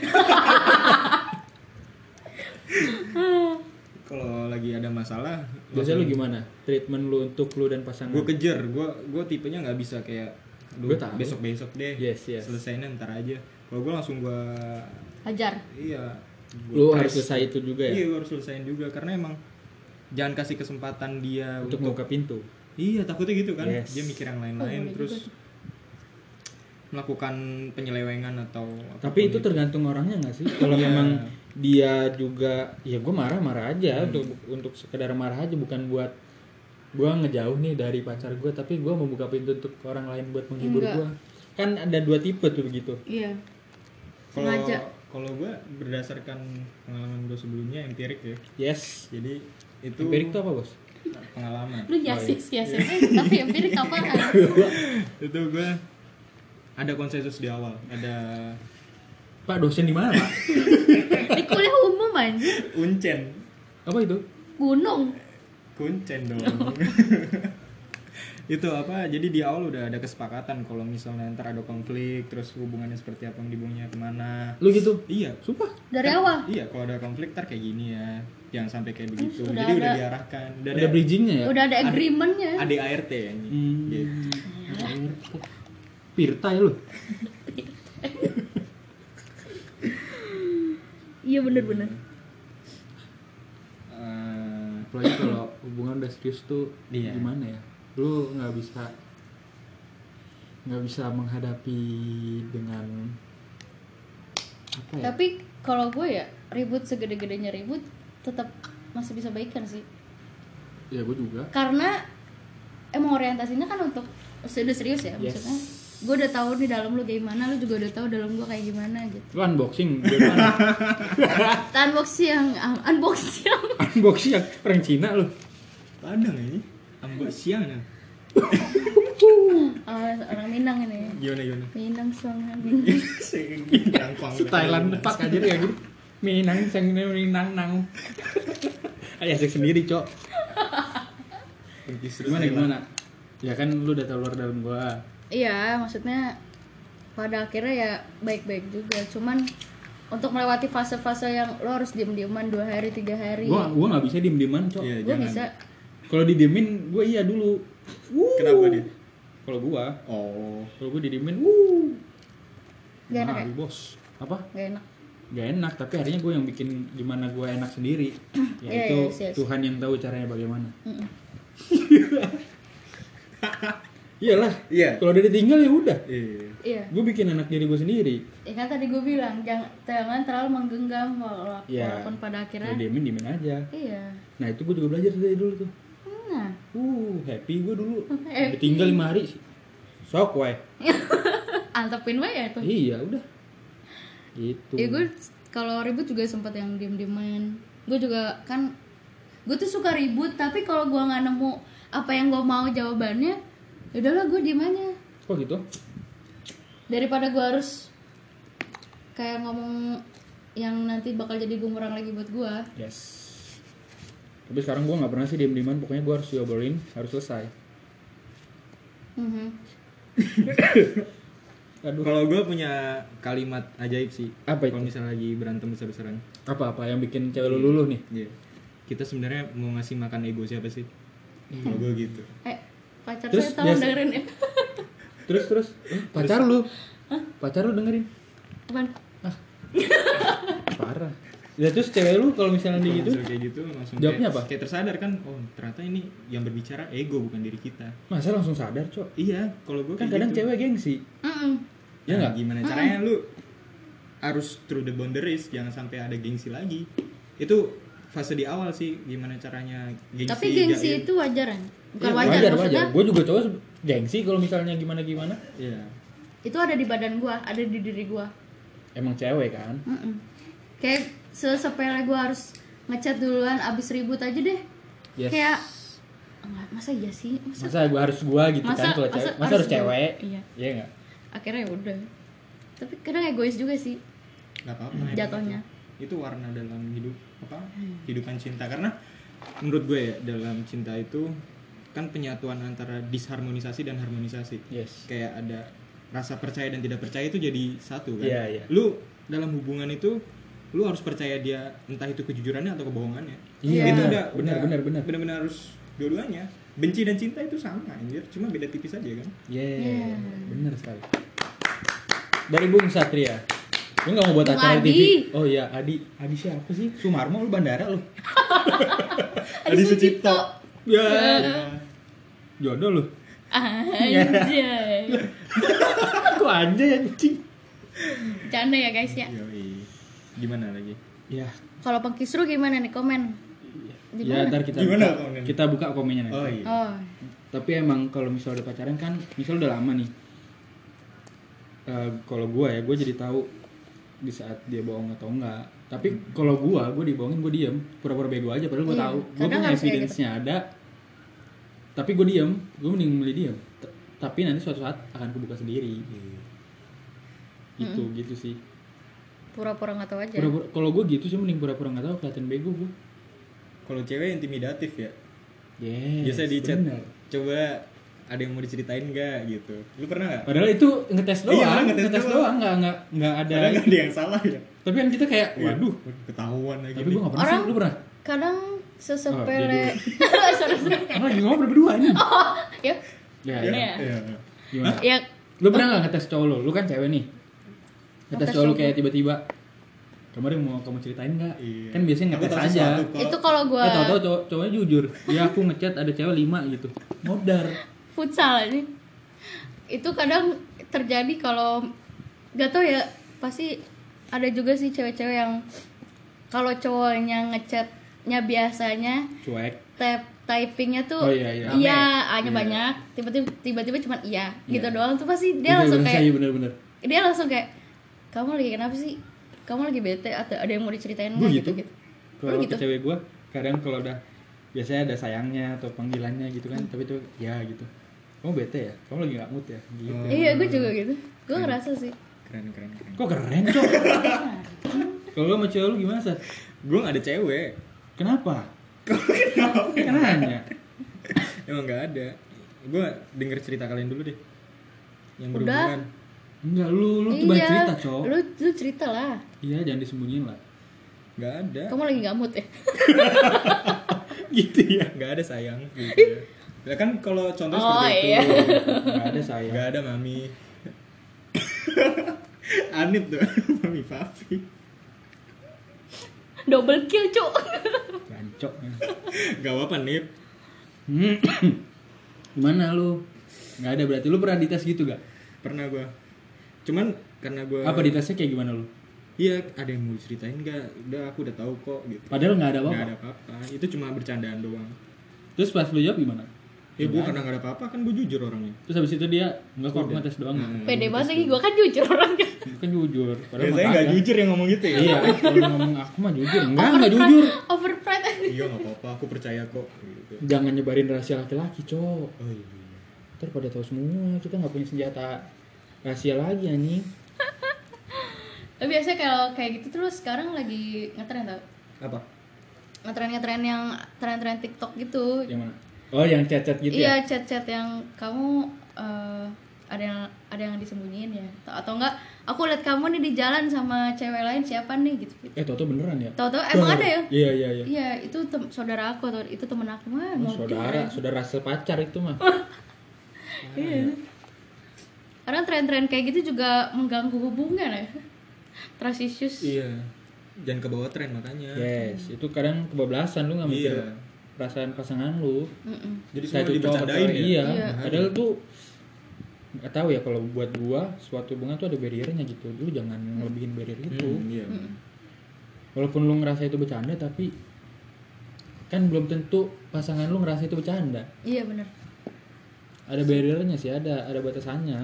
kalau lagi ada masalah Biasanya lu gimana? Treatment lu untuk lu dan pasangan? gue kejar. Gue tipenya nggak bisa kayak Gua tahu. besok deh. Yes. Selesainya ntar aja. Kalau gue langsung gue Hajar. iya. Lu Gua harus press. selesai itu juga ya? Iya, gue harus selesaiin juga karena emang jangan kasih kesempatan dia Untuk membuka pintu. Iya, takutnya gitu kan. Yes. Dia mikir yang lain-lain boleh terus juga tuh. melakukan penyelewengan atau Tapi itu tergantung orangnya nggak sih? Kalau Iya. memang dia juga, ya gue marah aja untuk sekedar marah aja, bukan buat gue ngejauh nih dari pacar gue, tapi gue membuka pintu untuk orang lain buat menghibur Enggak. gue. Kan ada dua tipe tuh begitu. Iya. Kalau Sengaja. kalau gue berdasarkan pengalaman gue sebelumnya empirik ya. Yes. Jadi itu Empirik tuh apa bos? pengalaman. Lu yasis tapi empirik apaan? Itu gue ada konsensus di awal, ada Pak dosen di mana pak? Di kuliah umum anjir. uncen, Apa itu? Gunung. kuncen dong. Itu apa? Jadi di awal udah ada kesepakatan kalau misalnya ntar ada konflik, terus hubungannya seperti apa, dibuangnya kemana. Lu gitu? Iya, Sumpah? Dari awal. iya. Kalau ada konflik ntar kayak gini ya, jangan sampai kayak begitu. Udah Jadi udah ada- diarahkan, Ada bridgingnya ya? Udah ada agreementnya. Ada ART ya. Gitu. Pirta ya lu? Iya bener-bener. Apalagi kalau hubungan udah serius tuh Iya. gimana ya? Lu nggak bisa menghadapi dengan apa ya? Tapi kalau gue ya ribut segede-gedenya ribut tetap masih bisa baikan sih. Ya gue juga. Karena emang orientasinya kan untuk sudah serius ya, Yes. maksudnya gue udah tahu di dalam lu gimana, lu juga udah tahu dalam gue kayak gimana gitu. Lu unboxing gimana? Unboxing Unboxing yang orang Cina lu. Padang ini, ambek siang ya. orang Minang ini. Gimana? Minang soalnya. Thailand pak aja kayak gitu. Minang sang Minang nang. Ayo asik sendiri, Cok. Gimana? Ya kan lu udah tahu luar dalam gua. Iya, maksudnya pada akhirnya ya baik-baik juga. Cuman untuk melewati fase-fase yang lo harus diem-dieman 2 hari 3 hari. Gua nggak bisa diem-dieman, Cok. Iya, Gue jangan. bisa. Kalau didiemin gua iya dulu. Kenapa dia? Kalau gua, Oh. kalau gua didiemin, Gak enak mahal, ya? bos. Apa? Gak enak. Gak enak, tapi akhirnya gue yang bikin gimana gue enak sendiri. Yaitu Yes. Tuhan yang tahu caranya bagaimana. Mm-mm. Iyalah. Iya. Kalau udah ditinggal ya udah. Iya. Iya. Gue bikin anak diri gue sendiri. Ya kan tadi gue bilang jangan terlalu menggenggam Iya. walaupun pada akhirnya. Kalau diemin aja. Iya. Nah itu gue juga belajar dari dulu tuh. Nah, Happy gue dulu. Happy. Ditinggal 5 hari sih. Sok wae. antepin wae ya tuh. Iya udah. Gitu. Ya gue kalau ribut juga sempat yang diem-dieman. Gue juga kan gue tuh suka ribut tapi kalau gue nggak nemu apa yang gue mau jawabannya, ya udahlah gue diem aja. Kok gitu? Daripada gue harus kayak ngomong yang nanti bakal jadi bumerang lagi buat gue. Yes. Tapi sekarang gue nggak pernah sih diem-dieman. Pokoknya gue harus diobrolin, harus selesai. Aduh. Kalau gue punya kalimat ajaib sih. Apa itu? Kalau misalnya lagi berantem besar-besaran. Apa yang bikin cewek lu luluh nih? Iya. Kita sebenarnya mau ngasih makan ego siapa sih? Kalau gue gitu. Pacar Terus saya tolong biasa- dengerin ya. Terus pacar lu? Pacar lu dengerin? Apaan? Parah. Ya terus cewek lu kalau misalnya Kalau gitu, misalnya kayak gitu langsung jawabnya kayak, apa? kayak tersadar kan, oh ternyata ini yang berbicara ego bukan diri kita. masa langsung sadar, Cok? Iya, kalau gue Kan kayak kadang gitu. cewek gengsi. Ya Nah, nggak? gimana caranya lu harus through the boundaries, jangan sampai ada gengsi lagi. Itu fase di awal sih, gimana caranya gengsi. Tapi gengsi jaim. itu wajar kan? Bukan Iya, wajar, maksudnya Gue juga cowok gengsi kalau misalnya gimana. Iya. itu ada di badan gua, ada di diri gua. Emang cewek kan? Kayak sesepele gua harus ngechat duluan abis ribut aja deh. Yes. Kayak enggak, masa iya sih? Masa gua gitu kan kalau cewek? Masa harus cewek? Iya. Iya nggak? Akhirnya ya udah. Tapi kadang egois juga sih Gak apa-apa. jatuhnya. Itu warna dalam kehidupan cinta, karena menurut gue ya, dalam cinta itu kan penyatuan antara disharmonisasi dan harmonisasi. Yes. Kayak ada rasa percaya dan tidak percaya itu jadi satu kan. Iya. Lu dalam hubungan itu lu harus percaya dia, entah itu kejujurannya atau kebohongannya. Iya, Itu benar. benar harus dua-duanya. Benci dan cinta itu sama anjir, cuma beda tipis aja kan. Yeah. Bener sekali. Dari Bung Satria. Lu nggak mau buat Bung acara Adi. TV? Oh iya, Adi siapa sih? Sumarmo, lu bandara lu? Adi Sucipto. Ya. Jodoh lu. Anjay. Kok anjay anjing? Canda ya guys ya. Yoi. Gimana lagi? Ya. Kalau Pengkisru gimana nih, komen? Ya ntar Gimana komennya? kita buka komennya nanti. Oh iya. Oh, Tapi emang kalau misalnya udah pacaran kan, misal udah lama nih. Kalau gue jadi tahu di saat dia bohong atau enggak. Tapi kalau gue dibohongin, gue diem, pura-pura bego aja. Padahal gue Iya, tahu, gue kadang punya harus kayak evidence-nya ada. Tapi gue diem, gue mending milih diem. Tapi nanti suatu saat akan kebuka sendiri. Gitu sih. pura-pura nggak tahu aja. Kalau gue gitu sih mending pura-pura nggak tahu, kelihatan bego gue. Kalau cewek intimidatif ya. Yes. Biasa di chat. bener. Coba ada yang mau diceritain nggak gitu. Lu pernah nggak? Padahal itu ngetes doang, Iya, ngetes doang, nggak ada. Padahal nggak ada yang salah ya. Tapi kan kita kayak, waduh. Ketahuan lagi. Tapi gue nggak pernah Orang- sih, lu pernah? Kadang sesepele. Oh, Sorry. Karena lagi ngobrol berdua ini. Ya, Ya, Iya. ya. Iya. Gimana? ya Lu pernah nggak ngetes cowok lu? Lu kan cewek nih. Ngetes Ngetes cowok lu cowok. kayak tiba-tiba, kemarin mau kamu ceritain nggak? Iya. Kan biasanya Aku ngetes tahu aja. sesuatu, itu kalau gua Tahu-tahu cowoknya jujur. Ya aku ngechat ada cewek 5 gitu. Modar. futsal ini. Itu kadang terjadi kalau gak tau ya, pasti ada juga sih cewek-cewek yang kalau cowoknya ngechatnya biasanya Cuek. typingnya tuh Oh, iya. A-nya Iya. banyak, tiba-tiba cuma iya gitu Iya. doang tuh pasti dia langsung kayak bener-bener. dia langsung kayak kamu lagi kenapa sih, kamu lagi bete atau ada yang mau diceritain Gue nggak gitu. gitu. Kalau Lu ke cewek gue, kadang kalau udah biasanya ada sayangnya atau panggilannya gitu kan, tapi tuh ya gitu. Kamu bete ya? Kamu lagi nggak mood ya? Gitu. Oh. Iya, gue juga gitu, gue ngerasa sih. Keren. Kok keren cok? Kalau lu sama cewek lu gimana sih? Gue nggak ada cewek. Kenapa? Kenapa? Kan nanya. Emang nggak ada. Gue denger cerita kalian dulu deh. Yang Udah. berhubungan. Enggak, lu tuh banyak cerita, Cok. Lu cerita lah. Iya, jangan disembunyiin lah. Nggak ada. Kamu lagi gak mood ya? Gitu ya. Nggak ada sayang. Gitu ya. Ya kan kalau contoh seperti itu. iya. Enggak ada saya. Nggak ada mami. Anit tuh. Mami papi. Double kill, Cuk. Gancok. Gak apa-apa Nip. Gimana lu? Enggak ada berarti lu pernah dites gitu gak? Pernah gue. Cuman karena gue. Apa ditesnya kayak gimana lu? Iya, ada yang mau ceritain nggak? Udah, aku udah tahu kok gitu. Padahal enggak ada Nggak apa-apa. ada apa-apa. Itu cuma bercandaan doang. Terus pas lu jawab gimana? Ya gue karena nggak ada apa-apa kan gue jujur orangnya. Terus habis itu dia enggak kok Udah. ngetes doang. Pede banget lagi, gue kan jujur orangnya. Itu kan jujur. Padahal Biasanya mah nggak kagak. jujur yang ngomong gitu ya. Iya, kalau ngomong aku mah jujur. Enggak jujur. Overpride. Iya nggak apa-apa, aku percaya kok. Gitu. Jangan nyebarin rahasia laki-laki, Cok. Oh iya. Ntar pada tahu semua, kita nggak punya senjata rahasia lagi anjing. Tapi biasanya kalau kayak gitu terus sekarang lagi ngetren tau? Apa? Ngetren yang tren-tren TikTok gitu. Yang mana? Oh, yang chat-chat gitu ya? Iya, chat-chat yang kamu ada yang disembunyiin ya. Atau enggak aku lihat kamu nih di jalan sama cewek lain, siapa nih gitu. Tau-tau beneran ya? Tahu-tahu emang ada ya? Iya, iya, iya. Iya, itu saudara aku atau itu temen aku mah. Oh, mau saudara sepacar itu mah. Iya. Karena tren-tren kayak gitu juga mengganggu hubungan ya. Trust issues. Iya. Jangan ke bawah tren makanya. Yes, itu kadang kebablasan lu nggak mikir Iya. perasaan pasangan lu. Mm-mm. Jadi Saya semua itu cowok dibercandain atau ya. iya. Iya. Padahal tuh nggak tahu ya kalau buat gua suatu hubungan tuh ada barriernya gitu. Lu jangan ngelebihin barrier itu. Iya. Walaupun lu ngerasa itu bercanda tapi kan belum tentu pasangan lu ngerasa itu bercanda. Iya benar. Ada barriernya sih, ada batasannya.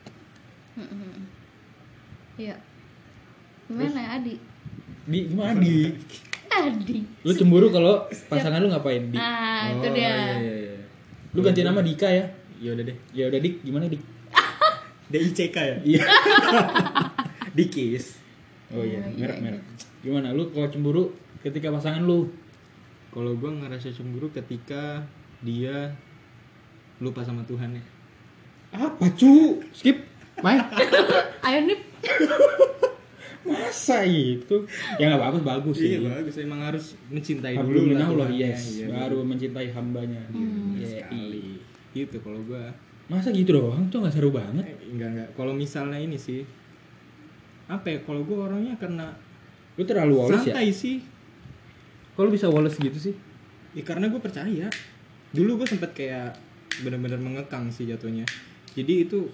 Iya. Gimana ya Adi? Di gimana di? Adi. Lu cemburu kalau pasangan lu ngapain di? Nah, itu Oh, dia. Iya. Lu ganti nama Dika ya? Ya udah deh. Ya udah Dik, gimana Dik? DICK ya? Iya. Dikis. Oh iya, Oh, iya, merek. Gimana lu kalau cemburu ketika pasangan lu? Kalau gue ngerasa cemburu ketika dia lupa sama Tuhan ya. Apa cu? Skip. Main. Ayo nih. Masa itu? Ya nggak bagus bagus sih. Iya bagus, emang harus mencintai Hablum dulu minallah, Tuhannya. yes. Iya, Baru mencintai hambanya. bener Iya, sekali. Gitu kalau gue. Masa gitu doang? Tuh nggak seru banget. Enggak. Kalau misalnya ini sih, apa ya? Kalau gue orangnya karena Lu terlalu woles ya? santai sih. Kok lu bisa woles gitu sih? Ya karena gue percaya. Dulu gue sempet kayak benar-benar mengekang sih jatuhnya. Jadi itu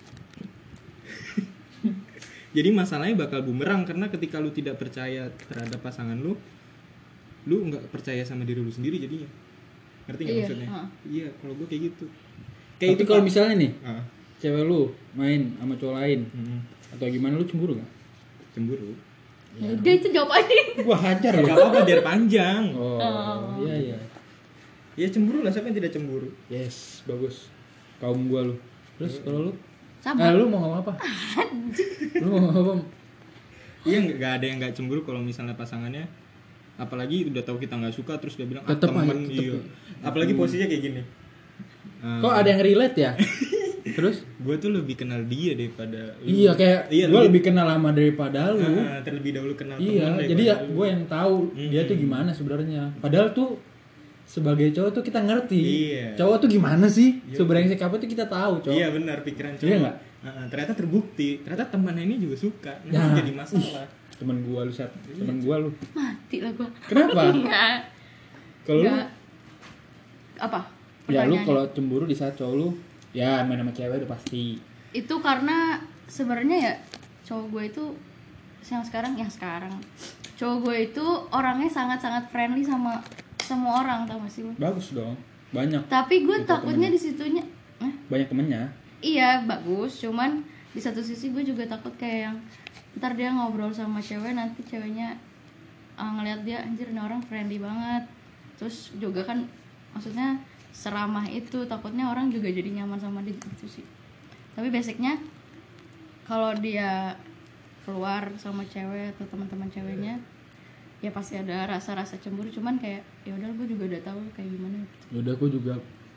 jadi masalahnya bakal bumerang karena ketika lu tidak percaya terhadap pasangan lu nggak percaya sama diri lu sendiri jadinya. Ngerti nggak Iya, maksudnya? ha. Iya, kalau gue kayak gitu. Tapi itu kalau Pak. misalnya nih, Ah, cewek lu main sama cowok lain atau gimana, lu cemburu nggak? cemburu. Udah itu jawab aja. Gua hajar Gak ya. apa-apa biar panjang. Oh, iya iya. Ya cemburu lah, siapa yang tidak cemburu? Yes, bagus. Kaum gua lu. Terus kalau lu? Sama. Lu mau ngomong apa? Lu mau ngomong apa? Iya, nggak ada yang nggak cemburu kalau misalnya pasangannya, apalagi udah tahu kita nggak suka terus dia bilang Tetep temen, aja, tetep. iya. Apalagi posisinya kayak gini. Kok ada yang relate ya? Terus? Gue tuh lebih kenal dia daripada lu. Iya, kayak Iya, gua lebih kenal lama daripada lu. terlebih dahulu kenal Iya, teman jadi ya daripada lu. gue yang tahu dia tuh gimana sebenarnya. Padahal tuh sebagai cowok tuh kita ngerti. Iya. Cowok tuh gimana sih? Iya. Sebrengsek apa tuh kita tahu, cowok. Iya benar, pikiran cowok. Iya nggak? Ternyata terbukti. Ternyata temannya ini juga suka. Nah, Nah. jadi masalah. Temen gua lu, Sat. Temen gua lu. Mati lah gua. Kenapa? Enggak. Kalau lu Enggak. Apa? ya lu Pertanyaannya. kalau cemburu di saat cowok lu ya main sama cewek udah pasti. Itu karena sebenarnya ya cowok gue itu yang sekarang cowok gue itu orangnya sangat-sangat friendly sama semua orang, tau gak sih lu? Bagus dong. Banyak. Tapi gue Itu takutnya temennya. di situnya Banyak temennya. iya bagus, cuman di satu sisi gue juga takut kayak yang ntar dia ngobrol sama cewek, nanti ceweknya ngeliat dia anjir ini orang friendly banget, terus juga kan maksudnya seramah itu, takutnya orang juga jadi nyaman sama dia gitu sih. Tapi basicnya kalau dia keluar sama cewek atau teman-teman ceweknya ya pasti ada rasa-rasa cemburu, cuman kayak ya udah gue juga udah tahu kayak gimana gitu. Ya udah gua juga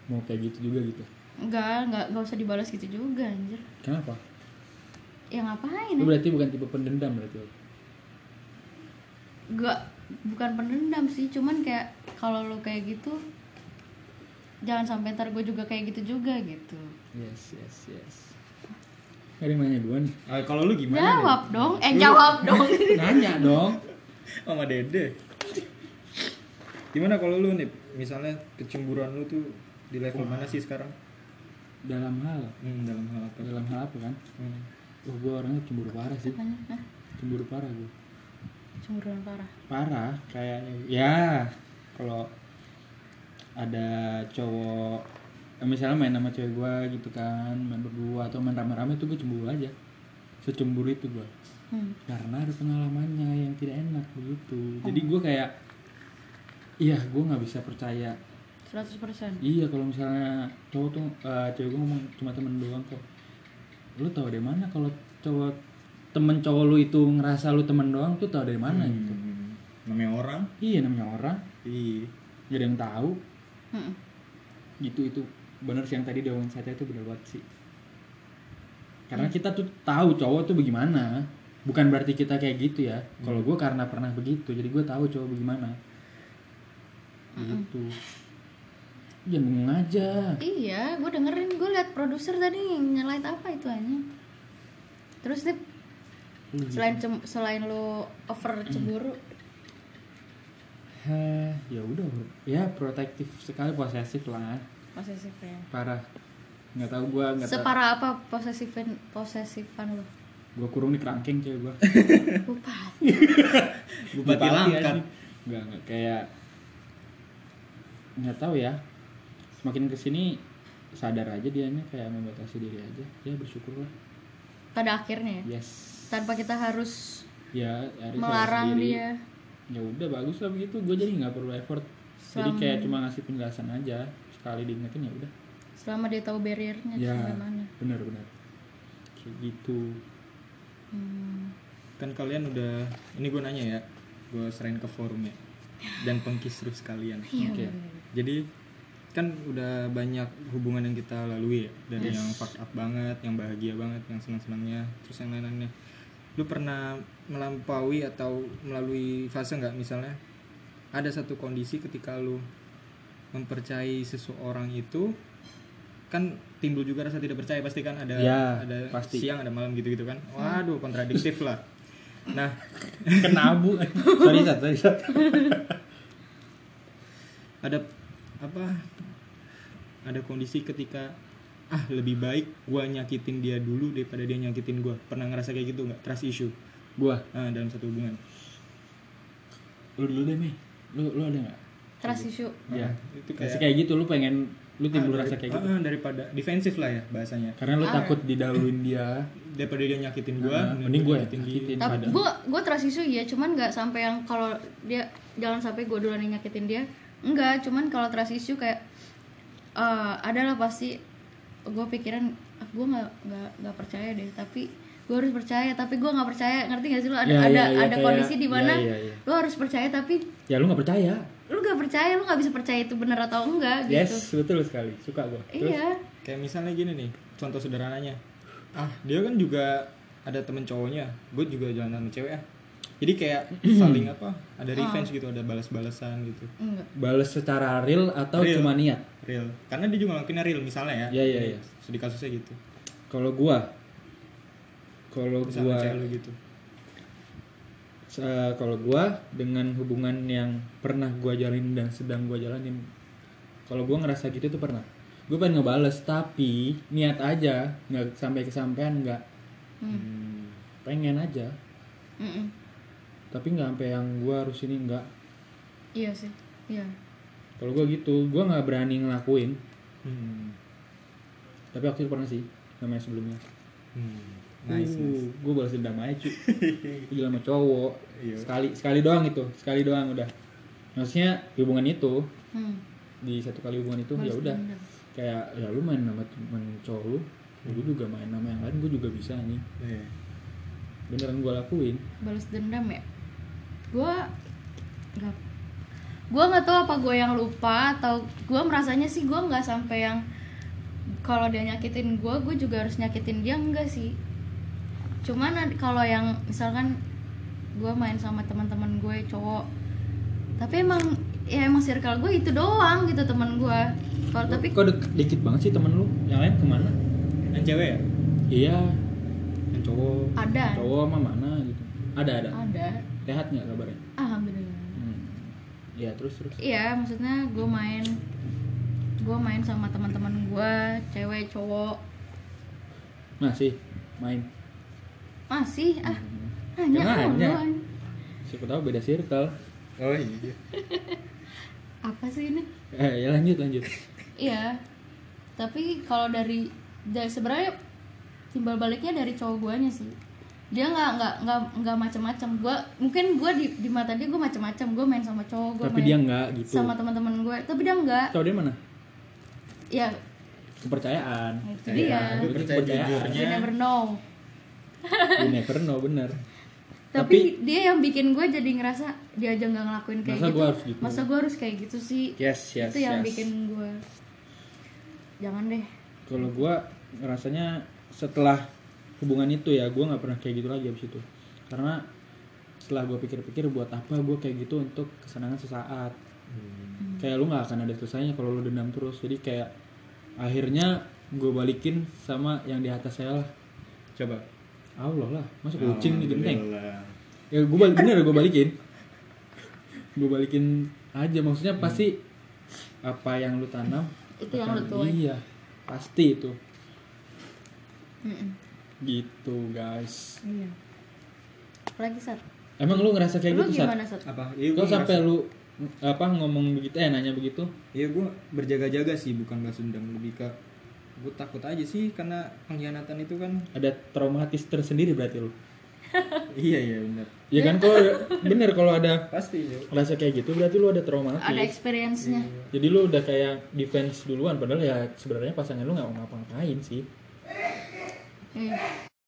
mau kayak gitu juga gitu. Enggak usah dibalas gitu juga anjir. Kenapa? Ya ngapain? Lu berarti bukan tipe pendendam berarti. Enggak, bukan pendendam sih, cuman kayak kalau lo kayak gitu jangan sampai ntar gue juga kayak gitu juga gitu. Yes. Ada yang nanya gue nih. Kalau lu gimana? Jawab dong, jawab dong. Nanya dong. Sama Dede. Gimana kalau lu nih, misalnya kecemburuan lu tuh di level mana sih sekarang? Dalam hal Dalam hal apa? kan? Gue orangnya cemburu parah sih. Apanya? Hah? Cemburu parah gue. Cemburuan parah. Parah kayak ya kalau ada cowok misalnya main sama cewek gue gitu kan, main berdua atau main rame-rame tuh gue cemburu aja. Secemburu itu gue. Karena ada pengalamannya yang tidak enak begitu. Jadi gue kayak iya gue nggak bisa percaya 100%. iya kalau misalnya cowok tuh cewek gue ngomong cuma temen doang kok. Lu tahu dari mana kalau temen cowok lu itu ngerasa lu temen doang tuh tahu dari mana gitu. Namanya orang. Iya namanya orang. Iya. Gak ada yang tahu. Gitu itu bener sih yang tadi di wawancara itu bener banget sih. Karena kita tuh tahu cowok tuh bagaimana. Bukan berarti kita kayak gitu ya. Kalau gue karena pernah begitu, jadi gue tahu cowok bagaimana. Gitu. Jangan bengong aja. Iya, gue dengerin, gue liat produser tadi nyalain apa itu aja. Terus nih selain lo over cemburu, Ya udah, ya protektif sekali, posesif lah. posesif ya. Parah. Nggak tahu gue nggak tahu. Separah apa posesifan lo? Gue kurung di kerangkeng cewek gue. Bupati Langkat. Enggak kayak nggak tahu ya. Semakin kesini sadar aja dianya kayak membatasi diri aja. Ya bersyukurlah. Pada akhirnya ya. Yes. Tanpa kita harus Ya harus melarang sendiri. dia. Ya udah bagus lah begitu. Gue jadi nggak perlu effort. Jadi kayak cuma ngasih penjelasan aja. Sekali diingetin ya udah. Selama dia tahu barriernya Ya sampai mana. benar. Kayak gitu. Kan kalian udah, ini gue nanya ya, gue serain ke forum ya, dan pengkisruh sekalian. Oke. Jadi kan udah banyak hubungan yang kita lalui ya, dari yang fuck up banget, yang bahagia banget, yang senang-senangnya, terus yang lain-lainnya. Lu pernah melampaui atau melalui fase nggak, misalnya ada satu kondisi ketika lu mempercayai seseorang itu, kan timbul juga rasa tidak percaya pasti kan, ada Ya, ada pasti. siang ada malam gitu kan. Waduh, kontradiktif lah. Nah, Kena abu. sorry. ada apa? Ada kondisi ketika lebih baik gua nyakitin dia dulu daripada dia nyakitin gua. Pernah ngerasa kayak gitu nggak? Trust issue. Gua. Dalam satu hubungan. Lu dulu deh, Mei. Lu ada enggak? Trust issue. Ya, Itu kayak gitu lu pengen lu timbul rasa kayak gitu. Daripada defensif lah ya bahasanya. Karena lu takut didahuluin dia. Daripada dia nyakitin gua, Mending gue nyakitin dia. nyakitin. Tapi Padahal. gue trust issue ya, cuman nggak sampai yang kalau dia jangan sampai gue duluan yang nyakitin dia. Enggak, cuman kalau trust issue kayak adalah pasti gue pikiran gue nggak percaya deh, tapi gue harus percaya, tapi gue nggak percaya. Ngerti gak sih lo? Ada kayak, kondisi di mana ya. lo harus percaya tapi Ya lu nggak percaya. lu nggak percaya, lu nggak bisa percaya itu benar atau enggak gitu. Yes, betul sekali. Suka gua. Iya. Kayak misalnya gini nih, contoh sederhananya. Dia kan juga ada temen cowoknya, gue juga jalan sama cewek ya. Jadi kayak saling ada revenge gitu, ada balas-balasan gitu. Enggak. Bales secara real atau Real. cuma niat? Real. Karena dia juga ngelakuinnya real misalnya ya. Iya. Sedih kasusnya gitu. Kalau gua Misalnya cewek lu gitu. kalau gua dengan hubungan yang pernah gua jalanin dan sedang gua jalanin, kalau gua ngerasa gitu tuh pernah. Gua pengen ngebales tapi niat aja, nggak sampai kesampaian nggak. Pengen aja. Tapi nggak sampai yang gua harus ini nggak. Iya sih. Iya. Kalau gua gitu, gua nggak berani ngelakuin. Tapi waktu itu pernah sih, namanya sebelumnya. Nice. Gue balas dendam aja cuy. Gue sama cowok. Iya. Sekali doang udah. Maksudnya hubungan itu di satu kali hubungan itu Balas ya udah. dendam. Kayak ya lu main sama temen cowok lu, gue juga main sama yang lain, gue juga bisa nih. Iya. Beneran gue lakuin. Balas dendam ya. Gue gue nggak tahu apa gue yang lupa atau gue merasanya sih gue nggak sampai yang kalau dia nyakitin gue juga harus nyakitin dia, enggak sih. Cuman kalau yang misalkan gue main sama teman-teman gue cowok, tapi emang circle gue itu doang gitu teman gue. Kalau tapi kok dikit banget sih temen lu, yang lain kemana? Yang cewek ya? Iya, Yang cowok. ada cowok sama mana gitu. Ada. Sehat nggak kabarnya? alhamdulillah. Iya, terus. Iya, maksudnya gue main sama teman-teman gue, cewek cowok. Masih main. Masih Jangan nanya nanya. mulu. Siapa tahu beda circle. Oh iya. Apa sih ini? Ya lanjut. Iya. Tapi kalau dari sebenarnya timbal baliknya dari cowok guanya sih. Dia nggak macam-macam. Mungkin gue di mata dia gue macam-macam. Gue main sama cowok, gue Tapi main dia nggak gitu. sama teman-teman gue. Tapi dia nggak. Tahu dia mana? Ya, Kepercayaan. itu dia. Itu Percaya kepercayaan. jujurnya. You never know. You never know, bener. Tapi dia yang bikin gue jadi ngerasa dia aja nggak ngelakuin kayak Masa gitu. gua harus gitu? Masa gue harus kayak gitu sih? Yes. Itu yang bikin gue jangan deh. Kalau gue rasanya setelah hubungan itu ya, gue nggak pernah kayak gitu lagi abis itu. Karena setelah gue pikir-pikir, buat apa gue kayak gitu untuk kesenangan sesaat. Kayak lu nggak akan ada selesainya kalau lu dendam terus. Jadi kayak akhirnya gue balikin sama yang di atas saya lah. Coba. Allah lah, masa kucing di genteng. Alhamdulillah. Ya gue balikin aja. Maksudnya pasti apa yang lu tanam Itu yang akan- lu tuai. Iya, pasti itu. Mm-mm. Gitu guys. Iya. Apalagi Sat? Emang lu ngerasa kayak Lu gitu Sat? gimana Sat? Apa? Iya, Kok gua sampai ngerasa- lu ngomong begitu, nanya begitu? Iya, gue berjaga-jaga sih, bukan balas dendam, lebih ke gue takut aja sih karena pengkhianatan itu kan. Ada traumatis tersendiri berarti lu. Iya benar. Ya kan, kalau bener kalau ada Pasti ya. rasa kayak gitu berarti lu ada traumatis. Ada experience-nya. Jadi lu udah kayak defense duluan, padahal ya sebenarnya pasangan lu nggak mau ngapa-ngapain sih. Iya.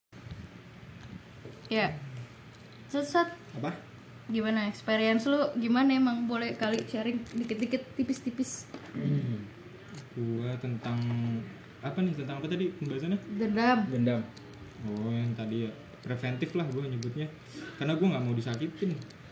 Ya. Sat, Apa? gimana experience lu? Gimana emang, boleh kali sharing dikit-dikit, tipis-tipis. Gua tentang apa nih? Tentang apa tadi pembahasannya? Dendam. Oh, yang tadi ya preventif lah gue nyebutnya, karena gue nggak mau disakitin.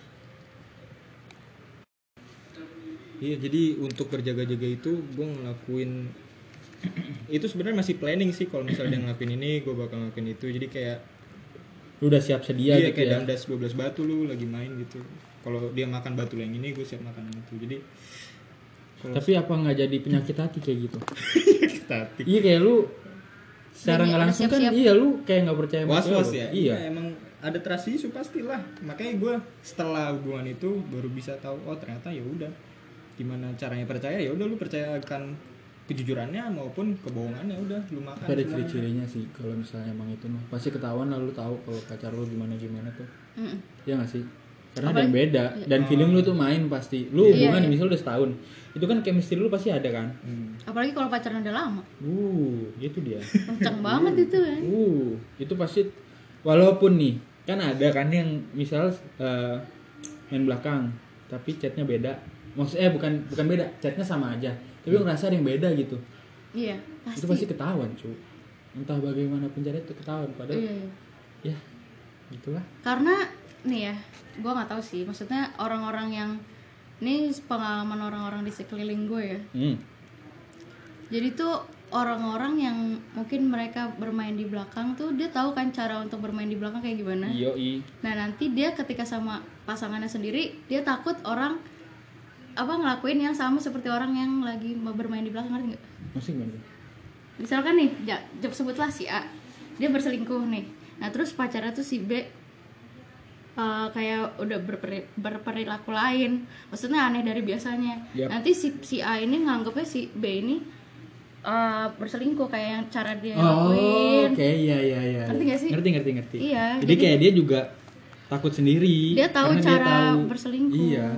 Iya, jadi untuk berjaga-jaga itu gue ngelakuin itu sebenarnya masih planning sih. Kalau misalnya dia ngelakuin ini, gue bakal ngelakuin itu. Jadi kayak Lu udah siap sedia iya, gitu kayak ya. dandas 12 batu lu lagi main gitu. Kalau dia makan batu yang ini, gue siap makan yang itu. Jadi Tapi apa nggak jadi penyakit hati kayak gitu? statik. Iya, kayak lu secara Jadi nggak udah langsung kan, siap-siap. iya lu kayak nggak percaya sama cewek Was-was lu. ya. Iya. Emang ada trust issue pastilah. Makanya gue setelah hubungan itu baru bisa tahu, oh ternyata ya udah. Gimana caranya percaya? Ya udah, lu percayakan kejujurannya maupun kebohongannya, udah lu makan Tapi ada semuanya. ciri-cirinya sih kalau misalnya emang itu mah pasti ketahuan lah, lu tahu kalau pacar lu gimana tuh. Mm-mm. Ya nggak sih? Karena ada Apalagi- yang beda dan feeling lu tuh main pasti. Lu Iya, hubungan iya. misal udah setahun, itu kan chemistry lu pasti ada kan? Apalagi kalau pacaran udah lama. Gitu dia. Kenceng banget itu kan. Itu pasti, walaupun nih kan ada kan yang misal main belakang tapi chatnya beda. Maksudnya bukan beda, chatnya sama aja. Tapi lu ngerasa ada yang beda gitu. Iya, Itu pasti ketahuan, cu. Entah bagaimanapun caranya itu ketahuan. Padahal Iya. ya gitulah. Karena nih ya, gue nggak tahu sih, maksudnya orang-orang yang ini pengalaman orang-orang di sekeliling gue ya. Jadi tuh orang-orang yang mungkin mereka bermain di belakang tuh dia tahu kan cara untuk bermain di belakang kayak gimana. Yoi. Nah nanti dia ketika sama pasangannya sendiri dia takut orang ngelakuin yang sama seperti orang yang lagi mau bermain di belakang, ngerti nggak? Masih gimana? Misalkan nih, sebutlah si A, dia berselingkuh nih. Nah terus pacarnya tuh si B kayak udah berperilaku lain, maksudnya aneh dari biasanya. Yap. Nanti si A ini nganggapnya si B ini berselingkuh kayak yang cara dia lakuin. Oke, iya. Ngerti nggak sih? Ngerti. Iya, Jadi jadi- kayak dia juga takut sendiri. Dia tahu karena cara berselingkuh. Iya.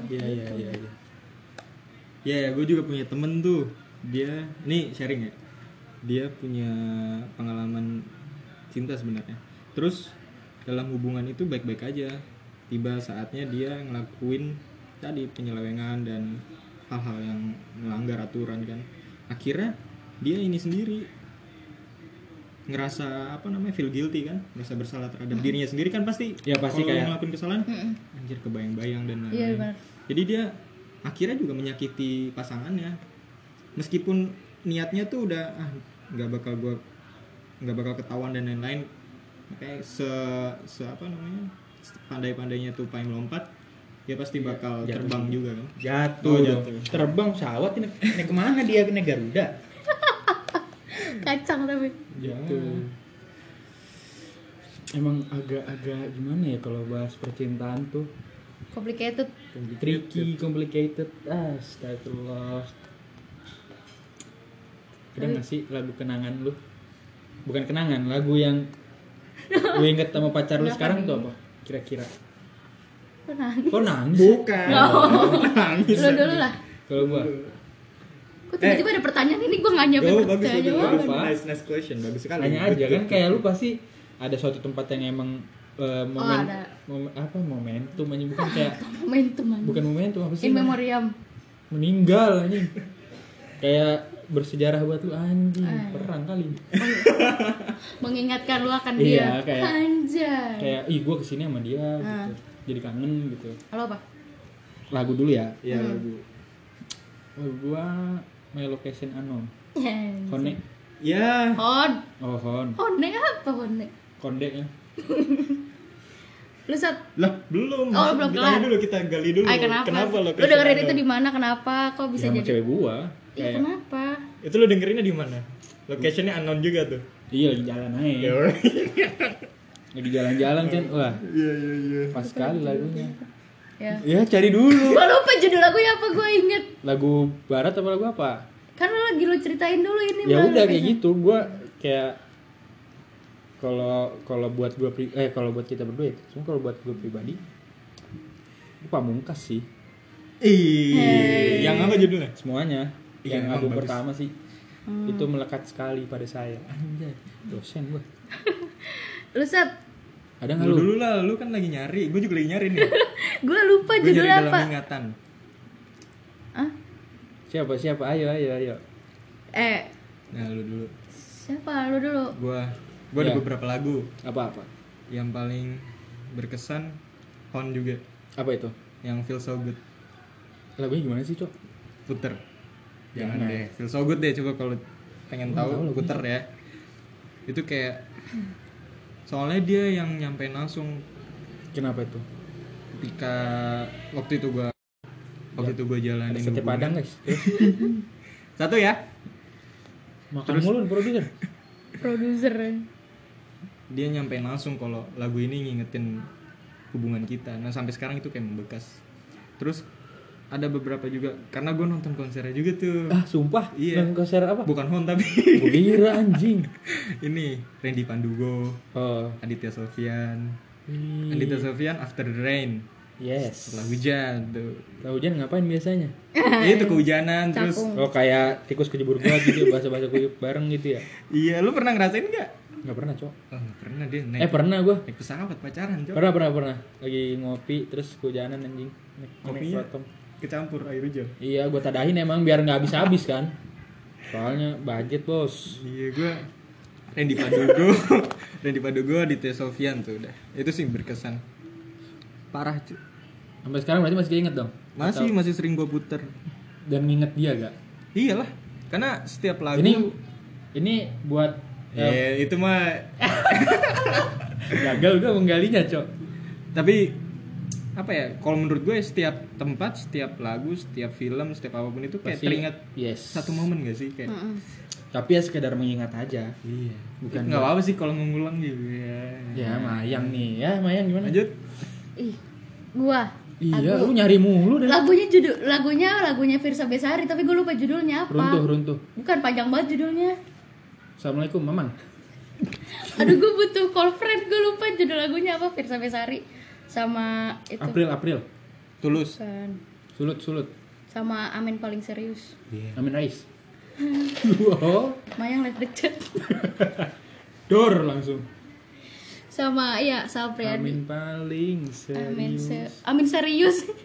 Ya, gue juga punya temen tuh. Dia, ini sharing ya. Dia punya pengalaman cinta sebenarnya. Terus dalam hubungan itu baik-baik aja. Tiba saatnya dia ngelakuin tadi penyelewengan dan hal-hal yang melanggar aturan kan. Akhirnya dia ini sendiri ngerasa feel guilty kan, merasa bersalah terhadap dirinya sendiri kan pasti. Ya, pasti kalau kayak ngelakuin kesalahan anjir kebayang-bayang dan lain-lain. Iya, benar. Jadi dia akhirnya juga menyakiti pasangannya meskipun niatnya tuh udah nggak bakal ketahuan dan lain-lain. Makanya pandai-pandainya tuh paling melompat, dia pasti bakal jatuh terbang sih. juga kan. Jatuh, Jatuh. terbang pesawat ini naik kemana dia, naik Garuda. Kacang tapi. Jatuh. Emang agak-agak gimana ya kalau bahas percintaan tuh, Complicated. tricky, complicated. Astagfirullah. Ada nggak sih lagu kenangan lu? Bukan kenangan, lagu yang lu inget sama pacar lu Kenapa sekarang nih? tuh apa? Kira-kira? Kok nangis? Kok nangis? Bukan. Nangis. Lu dulu lah. Kalau gua, Kok tiba-tiba ada pertanyaan ini gue nggak nyampe bagus pertanyaan itu. jawaban. Apa? Nice question, bagus sekali. tanya aja kan, kayak lu pasti ada suatu tempat yang emang ada. momentum aja, bukan kayak Momentum aja. bukan momentum apa sih? In memoriam. Meninggal anjing. Kayak bersejarah buat lu anjing, perang kali. Mengingatkan lu akan Iya, dia. kayak- Anjay. Kayak gua kesini sama dia gitu. Jadi kangen gitu. Halo apa? Lagu dulu ya. Iya, lagu. Lagu gua My Location Unknown. Ya. Hone. Ya. Hon. Oh, Hon. Hone apa Hone? Konde ya. Lu Sat. Lah, belum. Oh, belum Ditanya kelar. dulu, kita gali dulu. Ay, kenapa? lo Lu dengerin itu di mana? Kenapa? Kok bisa Ya, sama jadi? cewek gua. Iya, kenapa? Itu lo dengerinnya di mana? Locationnya unknown juga tuh. Iya, lagi jalan aja. Lagi jalan-jalan kan. Wah, Iya. pas sekali lagunya. Ya. Ya, cari dulu. Gua lupa judul lagunya apa, gua inget. Lagu barat apa lagu apa? Kan lu ceritain dulu ini. Ya Mbak. udah kayak gitu. Gua kayak kalau buat gua kalau buat kita berdua ya, cuma kalau buat gua pribadi gua Pamungkas sih Yang apa judulnya? semuanya. Iya, Yang emang album bagus. pertama sih itu melekat sekali pada saya. Anjay, dosen gua. Lu Sat. Ada nggak Lu lu? dulu lah, lu kan lagi nyari. Gue juga lagi nyari nih. Gua lupa Gue nyari judulnya dalam apa. ingatan. Hah? Siapa? Ayo. Nah, lu dulu. Siapa? Lu dulu. Gua ada Ya. beberapa lagu. Apa? Yang paling berkesan Hon juga. Apa itu? Yang Feel So Good. Lagunya gimana sih, Cok? Puter. Jangan Jangan. deh. Feel So Good deh, coba kalau pengen Gua nggak tahu tahu lagunya. puter ya. Itu kayak soalnya dia yang nyampein langsung Kenapa itu? ketika waktu itu gua jalanin Ada sate hubungan. Padang, guys. Satu ya. Makan mulu nih, produser. Produser. Dia nyampein langsung kalau lagu ini ngingetin hubungan kita. Nah, sampai sekarang itu kayak membekas. Terus ada beberapa juga karena gue nonton konsernya juga tuh. Ah, sumpah. Iya. Dan konser apa? Bukan Hon tapi Gua kira anjing. ini Randy Pandugo, Oh. Aditya Sofyan. Wih. Aditya Sofyan After the Rain. Yes. Setelah hujan tuh. Tahu hujan ngapain biasanya? Iya, itu kehujanan terus. Cakung. Oh, kayak tikus kejebur gua gitu, bahasa-bahasa kuyup bareng gitu ya. Iya, lu pernah ngerasain enggak? Enggak pernah, Cok. Oh, nggak pernah dia naik. Pernah gua. Naik pesawat pacaran, Cok. Pernah. Lagi ngopi terus kehujanan anjing. Naik Kopinya protong. kecampur air hujan. Iya, gua tadahin emang biar nggak habis-habis kan. Soalnya budget, Bos. Iya, gue Randy Pandugo Randy Pandugo Aditya Sofyan tuh udah. Itu sih berkesan parah cuy. Sampai sekarang berarti masih inget dong? Masih sering gue puter. Dan nginget dia gak? Iyalah, karena setiap lagu Ini buat ya itu mah gagal gua menggalinya, Cok. tapi apa ya, kalau menurut gue setiap tempat, setiap lagu, setiap film, setiap apapun itu kayak Pasti, teringat yes. satu momen gak sih kayak. Tapi ya sekedar mengingat aja. Iya, Bukan nggak apa-apa sih kalau mengulang juga Ya, Mayang nih. Ya, Mayang gimana? lanjut. Ih. Gua. Iya, lu nyari mulu deh. Lagunya Firsa Besari tapi gue lupa judulnya apa. Runtuh. Bukan, panjang banget judulnya. Assalamualaikum, Mamang. Aduh, gue butuh call friend, gue lupa judul lagunya apa. Firsa Besari sama itu. April. Tulus. Bukan. Sulut. Sama Amin paling serius. Amin Rais. Wow. Mayang live the chat. Dor langsung. Sama Sal Priadi. Amin paling Amin serius. Amin serius.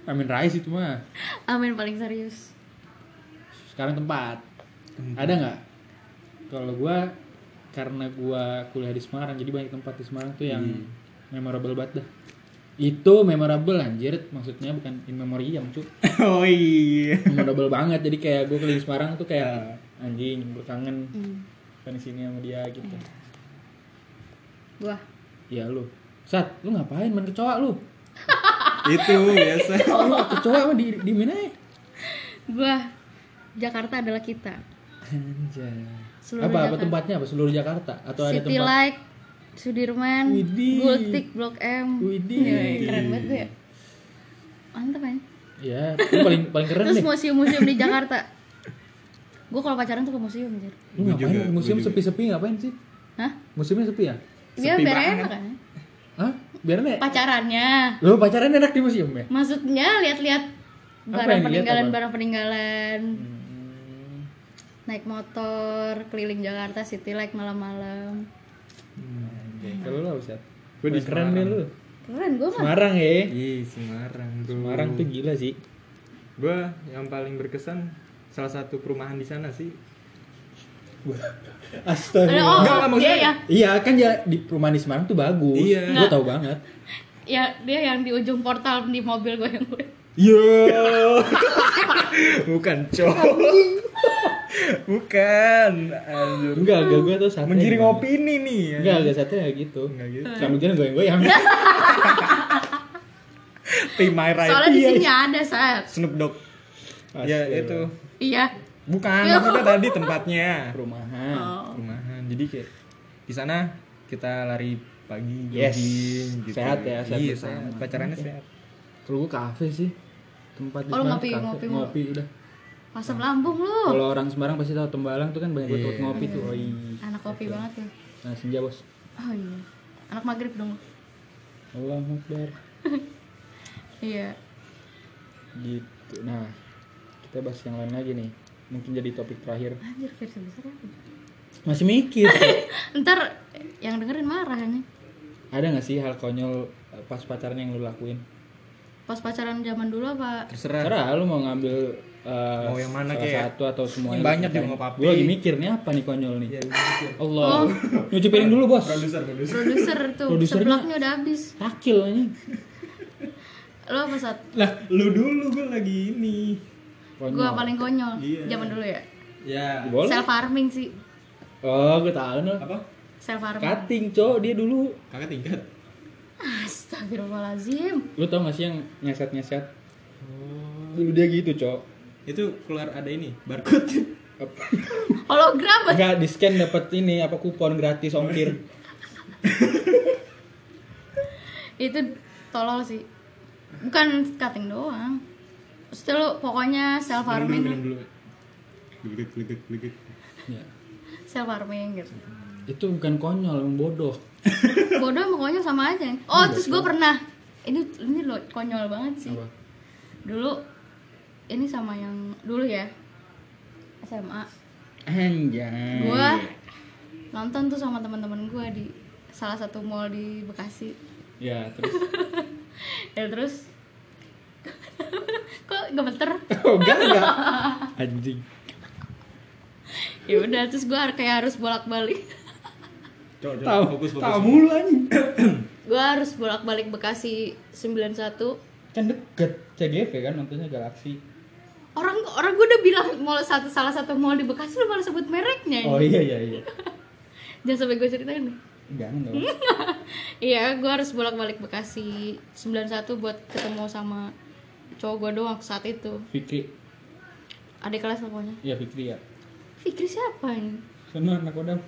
Amin Rais itu mah. Amin paling serius. Sekarang tempat. Ada nggak? Kalau gua karena gua kuliah di Semarang, jadi banyak tempat di Semarang tuh yang memorable banget dah. Itu memorable anjir, maksudnya bukan in memoriam cu. Oh iya. Memorable banget, jadi kayak gua keliling Semarang tuh kayak anjing, gua kangen kan di sini sama dia gitu. Gua Iya lu. Sat, lu ngapain main kecoa lu? Itu biasa. Lu kecoa mah di mana ya? Gua Jakarta adalah kita. Anjay. Seluruh Apa Jakarta. tempatnya apa? Seluruh Jakarta atau ada City tempat? Like, Sudirman, Widih. Gultik, Blok M. Widih. Ya, keren banget gue ya. Mantep ya. Ya, lu paling keren Terus nih. museum-museum di Jakarta. Gue kalau pacaran tuh ke museum anjir. Lu Gua ngapain? juga, Museum gua juga. sepi-sepi ngapain sih? Hah? Museumnya sepi ya? Biar Sepi biar banget. enak kan. Hah? Biar enak. Pacarannya. Lu pacaran enak di museum ya? Maksudnya lihat-lihat Apa barang yang dilihat peninggalan, apa? barang peninggalan. Naik motor keliling Jakarta City Like malam-malam. Kalau lu apa sih? Gua di Keren deh lu. Keren gue mah. Semarang ya. Ih, Semarang bro. Semarang tuh gila sih. Gua yang paling berkesan salah satu perumahan di sana sih. Astaga. Oh, Enggak, maksudnya- dia ya. Iya kan ya di perumahan di Semarang tuh bagus. Iya. Gua tahu banget. Ya dia yang di ujung portal di mobil gue yang gue. Yo. Bukan, Cok. Bukan. Anjir. Enggak gua tuh sate. Menggiring gimana? opini nih. Enggak sate kayak gitu. Enggak gitu. Kamu jangan goyang-goyang. Tim My Right. Soalnya di Iya, sini ada saat. Snoop Dogg. Ya Astaga. itu. Iya. Bukan, maksudnya tadi tempatnya. Perumahan. Oh. Perumahan. Jadi kayak di sana kita lari pagi, Yes. jogging gitu. Sehat ya, sehat Iya, bersama. sehat. Pacarannya sehat. Kalau gua kafe sih. Tempat di Oh, lu Semarang ngopi, kafe. ngopi mulu. Ngopi udah. Asam lambung lu. Kalau orang Semarang pasti tahu Tembalang tuh kan banyak buat Iya. ngopi tuh. Oh iya. Anak kopi banget ya. Nah, senja bos. Oh iya. Anak maghrib dong. Allahu Akbar. Iya. Gitu. Nah, kita bahas yang lain lagi nih. Mungkin jadi topik terakhir. Anjir versi besar apa? Masih mikir. Ntar yang dengerin marah nih. Ada nggak sih hal konyol pas pacaran yang lu lakuin? Pas pacaran zaman dulu apa? Terserah. Terserah lu mau ngambil Mau yang mana salah kayak? satu atau semuanya. Yang banyak juga nggak apa-apa. Gue lagi mikir nih apa nih konyol nih. Iya, Allah. Nyuci piring dulu bos. produser. Produser tuh Produsernya- seblaknya udah habis. Takil aja. Lo apa saat? Lah, lu dulu gue lagi ini. Gua paling konyol Iya. zaman dulu ya. Ya. Boleh. Self farming sih. Oh, gue tahu nih. Apa? Self farming. Cutting, cowok dia dulu. Kakak tingkat. Astagfirullahalazim. Lu tau gak sih yang nyeset-nyeset? Oh. Dulu dia gitu, cowok. Itu keluar ada ini, barcode. Hologram. Enggak, di scan dapat ini apa kupon gratis ongkir. Itu tolol sih. Bukan cutting doang. Terus lu pokoknya self Minum farming. dulu. Gligit. Ya. Self farming gitu. Itu bukan konyol, emang bodoh. Bodoh sama konyol sama aja. Oh, terus gue pernah. Ini lo konyol banget sih. Apa? Dulu ini sama yang dulu ya. SMA. Anjay. Gua nonton tuh sama teman-teman gua di salah satu mall di Bekasi. Ya, terus. Ya terus kok gemeter? Oh, enggak. Anjing. Ya udah terus gua kayak harus bolak-balik. Fokus. Tahu mulu anjing. Gua harus bolak-balik Bekasi 91. Kan deket CGV kan nontonnya Galaxy. Orang gua udah bilang salah satu mall di Bekasi, lu malah sebut mereknya. Oh iya. Jangan sampai gue ceritain nih. Enggak. Iya, gue harus bolak-balik Bekasi 91 buat ketemu sama cowok gue doang saat itu. Fikri. Adik kelas pokoknya. Iya, Fikri ya. Fikri siapa ini? Sono anak kodam.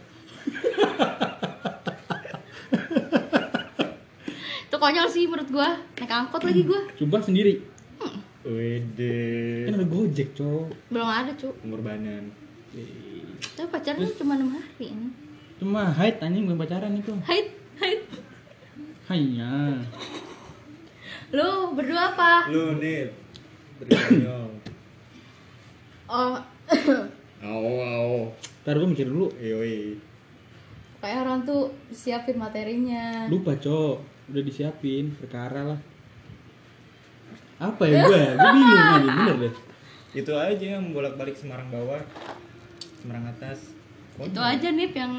Itu konyol sih menurut gue. Naik angkot lagi gue. Sumpah sendiri. Wede. Kan ada Gojek, cowok. Belum ada cu. Pengorbanan. Tapi pacarnya cuma 6 hari ini. Cuma haid anjing bukan pacaran itu. Haid. Hanya. Lu berdua apa? Lu nih. Berkonyol. Oh, Au. Ntar gue mikir dulu. Yoi. kayak orang tuh siapin materinya. Lupa, cowok. Udah disiapin perkara lah. Apa ya gue ya? Gue bingung aja bener deh. Itu aja yang bolak-balik Semarang bawah, Semarang atas. Itu aja nih yang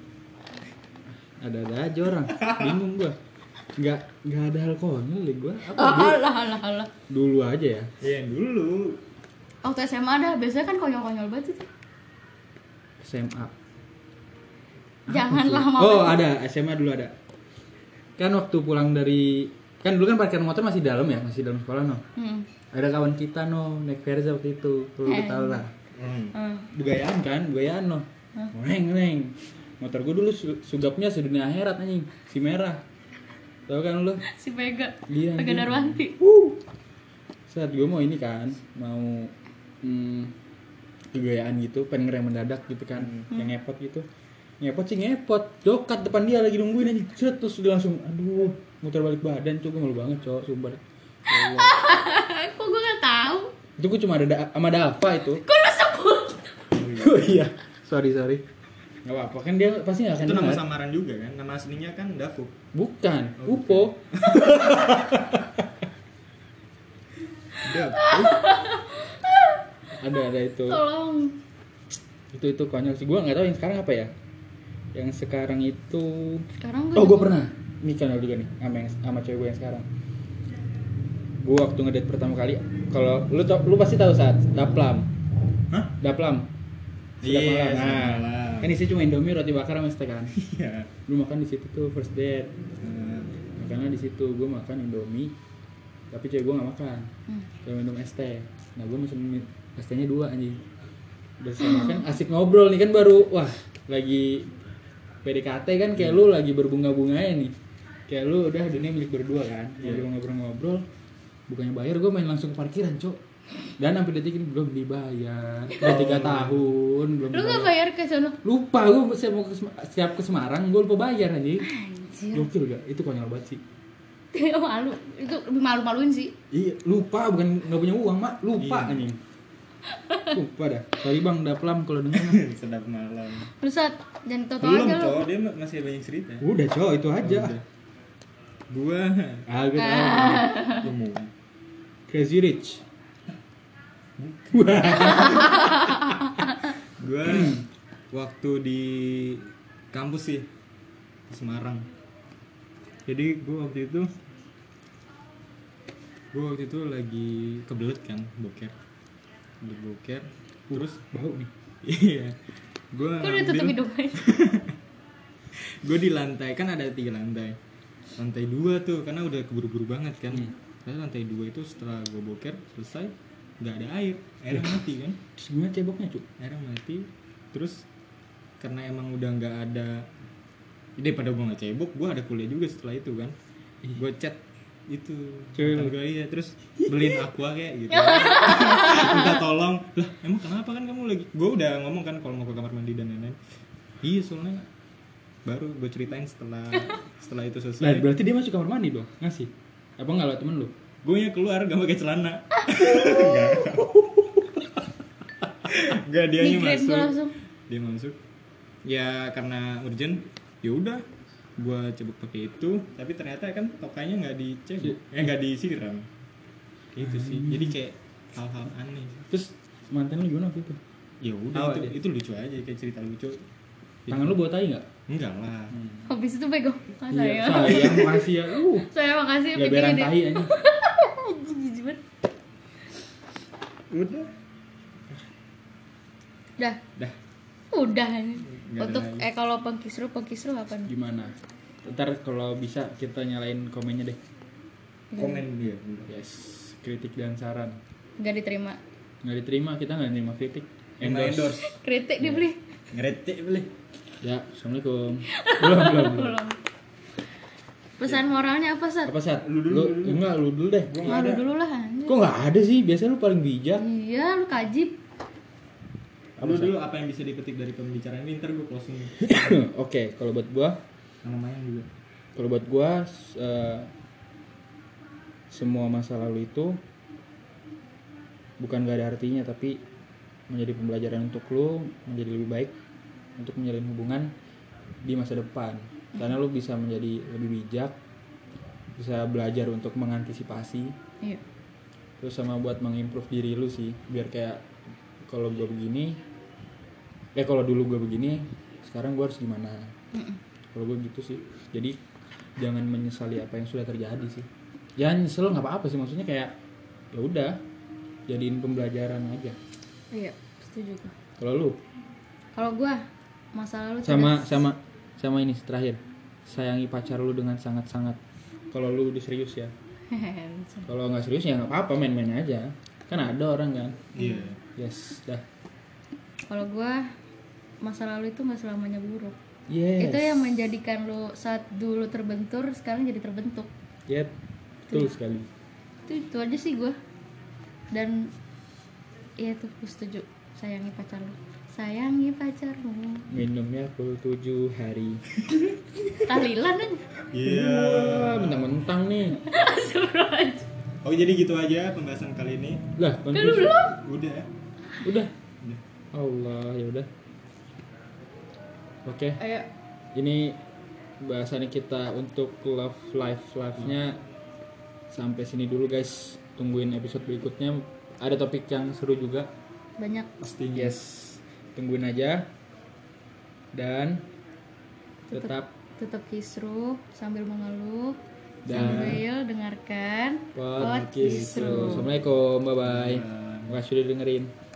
Ada aja orang. Bingung gue. Nggak ada hal konyol deh gue. Apa alah. dulu aja ya. Iya yang dulu. Waktu SMA ada, biasanya kan konyol-konyol banget itu. SMA. Jangan Apa sih? lama Oh banget. ada SMA dulu ada. Kan waktu pulang dari kan dulu kan parkir motor masih dalam ya, masih dalam sekolah no. Ada kawan kita no naik Verza waktu itu, lu tahu lah. Bugayaan no. Neng. Motor gue dulu sugapnya sedunia akhirat anjing, si merah. Tahu kan lu? Si Vega. Iya. Vega Darwanti. Saat gue mau ini kan, mau kegayaan gitu, pengen ngerem mendadak gitu kan, yang ngepot gitu. Ngepot, jokat depan dia lagi nungguin aja, set terus udah langsung, aduh, muter balik badan, tuh gue malu banget cowok, sumpah. Kok gue gak tahu? Itu gue cuma ada sama Dava itu. Kok lu sebut? Oh iya, sorry. Gak apa-apa kan dia pasti gak akan Itu nama dengar. samaran juga kan? Nama aslinya kan Dafu. Bukan, Oh, Upo. Dafu. Ada itu. Tolong. Itu konyol sih. Gue nggak tahu yang sekarang apa ya. Yang sekarang itu. Sekarang Oh, gue pernah nikah juga nih sama cewek gue yang sekarang. Gue waktu ngedate pertama kali, kalau lu pasti tahu saat Daplam. Hah? Daplam. Iya, Nah, malam. kan isi cuma Indomie, roti bakar sama steak kan. Iya. Lu makan di situ tuh first date. Makannya di situ, gue makan Indomie, tapi cewek gue nggak makan. Cuma minum es teh. Nah, gue mesen es tehnya 2 anjing. Udah selesai makan, asik ngobrol nih kan baru, wah lagi PDKT kan kayak lu lagi berbunga-bunganya nih. Kayak lu udah dunia milik berdua kan. Ngobrol-ngobrol, bukannya bayar, gue main langsung ke parkiran, Cok. Dan sampai detik ini belum dibayar. Udah 3 tahun belum Lu dibayar. gak bayar ke sono? Lupa, gue siap ke Semarang, gue lupa bayar anjing. Anjir. Gokil gak? Itu konyol banget sih. Malu. Itu lebih malu-maluin sih. Iya, lupa, bukan nggak punya uang, Mak. Lupa Iya. anjing. Lupa dah. Sorry Bang, Daplam kalau denger. Sedap malam. Rusat, jangan toto Belum aja lu. cowok, dia masih banyak cerita. Udah, Cok, itu aja. Udah. Gua Gue tahu. umum. Crazy Rich. Gua waktu di kampus sih di Semarang. Jadi gua waktu itu lagi kebelet kan boker. Terus Bau nih. iya. Gua Kok udah tutup hidungnya? Gue di lantai kan ada 3 lantai. Lantai 2 tuh karena udah keburu-buru banget kan. Karena lantai 2 itu setelah gue boker selesai nggak ada airnya mati kan. Terus gimana ceboknya, Cuk? Airnya mati. Terus karena emang udah nggak ada, daripada gue nggak cebok, gue ada kuliah juga setelah itu kan. Gue chat itu Cewek lu? gue iya, terus beliin aqua kayak gitu. Minta tolong lah, emang kenapa kan kamu lagi, gue udah ngomong kan kalau mau ke kamar mandi dan lain-lain. Iya soalnya baru gue ceritain setelah itu Nah, selesai. berarti dia masuk kamar mandi dong? Ngasih? Apa enggak lo temen lu? Gue nya keluar gak pakai celana. Enggak, dia nya Migrain masuk. gua langsung. Dia masuk. Ya karena urgent, ya udah gue cebok pakai itu, tapi ternyata kan tokanya nggak dicebok, nggak disiram. Itu sih. Jadi kayak hal-hal aneh. Terus mantan lu gimana waktu itu? Ya udah Awal dia. itu lucu aja, kayak cerita lucu. Tangan lu bawa tai enggak? Enggak lah. Habis itu pegang. Iya, Saya. sayang, makasih ya. Saya makasih Gak beran deh. tai anjing. Anjing jijik banget. Udah. Dah. Dah. Udah. Nggak ada Untuk lagi. kalau pengkisru apa nih? Gimana? Ntar kalau bisa kita nyalain komennya deh. Komen dia. Yes, kritik dan saran. Gak diterima. Nggak diterima, kita nggak nerima kritik. Endorse. Kritik dibeli. Ngeretik boleh. Ya, assalamualaikum. belum. Belum. Pesan moralnya apa, Sat? Apa Sat? Lu dulu. Enggak, lu dulu deh. Malu dulu lah. anjir. Kok nggak ada sih? Biasanya lu paling bijak. Iya, lu kajib. Lu dulu apa yang bisa dipetik dari pembicaraan ini, ntar gue closing. Oke, kalau buat gua, Sama Mayang juga. kalau buat gua semua masa lalu itu bukan gak ada artinya, tapi menjadi pembelajaran untuk lu menjadi lebih baik untuk menjalin hubungan di masa depan. Karena lu bisa menjadi lebih bijak, bisa belajar untuk mengantisipasi Iya. terus sama buat mengimprove diri lu sih, biar kayak kalau gue begini, kalau dulu gue begini, sekarang gue harus gimana. Kalau gue gitu sih, jadi jangan menyesali apa yang sudah terjadi sih. Ya nyesel nggak apa-apa sih, maksudnya kayak ya udah jadiin pembelajaran aja. Iya, setuju tuh. Kalau lu Kalau gua masa lalu sama ini terakhir, sayangi pacar lu dengan sangat-sangat. Kalau lu udah serius ya. Kalau nggak serius ya nggak apa-apa, main-main aja. Kan ada orang kan. Iya. Yes, dah. Kalau gua masa lalu itu nggak selamanya buruk. Yes. Itu yang menjadikan lu saat dulu terbentur, sekarang jadi terbentuk. Yep. Betul sekali. Itu aja sih gua. Dan iya tuh, gue setuju. Sayangi pacar lu. Sayangi pacarmu. Minumnya full 7 hari. Tahlilan aja. Iya. Wah, mentang-mentang nih. Oh jadi gitu aja pembahasan kali ini. Lah, Kan konklusi. belum. Udah. Udah. Allah, ya udah. Oke. Ayo. Ini bahasannya kita untuk love life-nya sampai sini dulu guys. Tungguin episode berikutnya. Ada topik yang seru juga. Banyak. Pastinya. Yes. Tungguin aja. Dan tetap kisruh sambil mengeluh, Dan- sambil dengarkan podcast. Assalamualaikum. Bye bye. Makasih udah dengerin.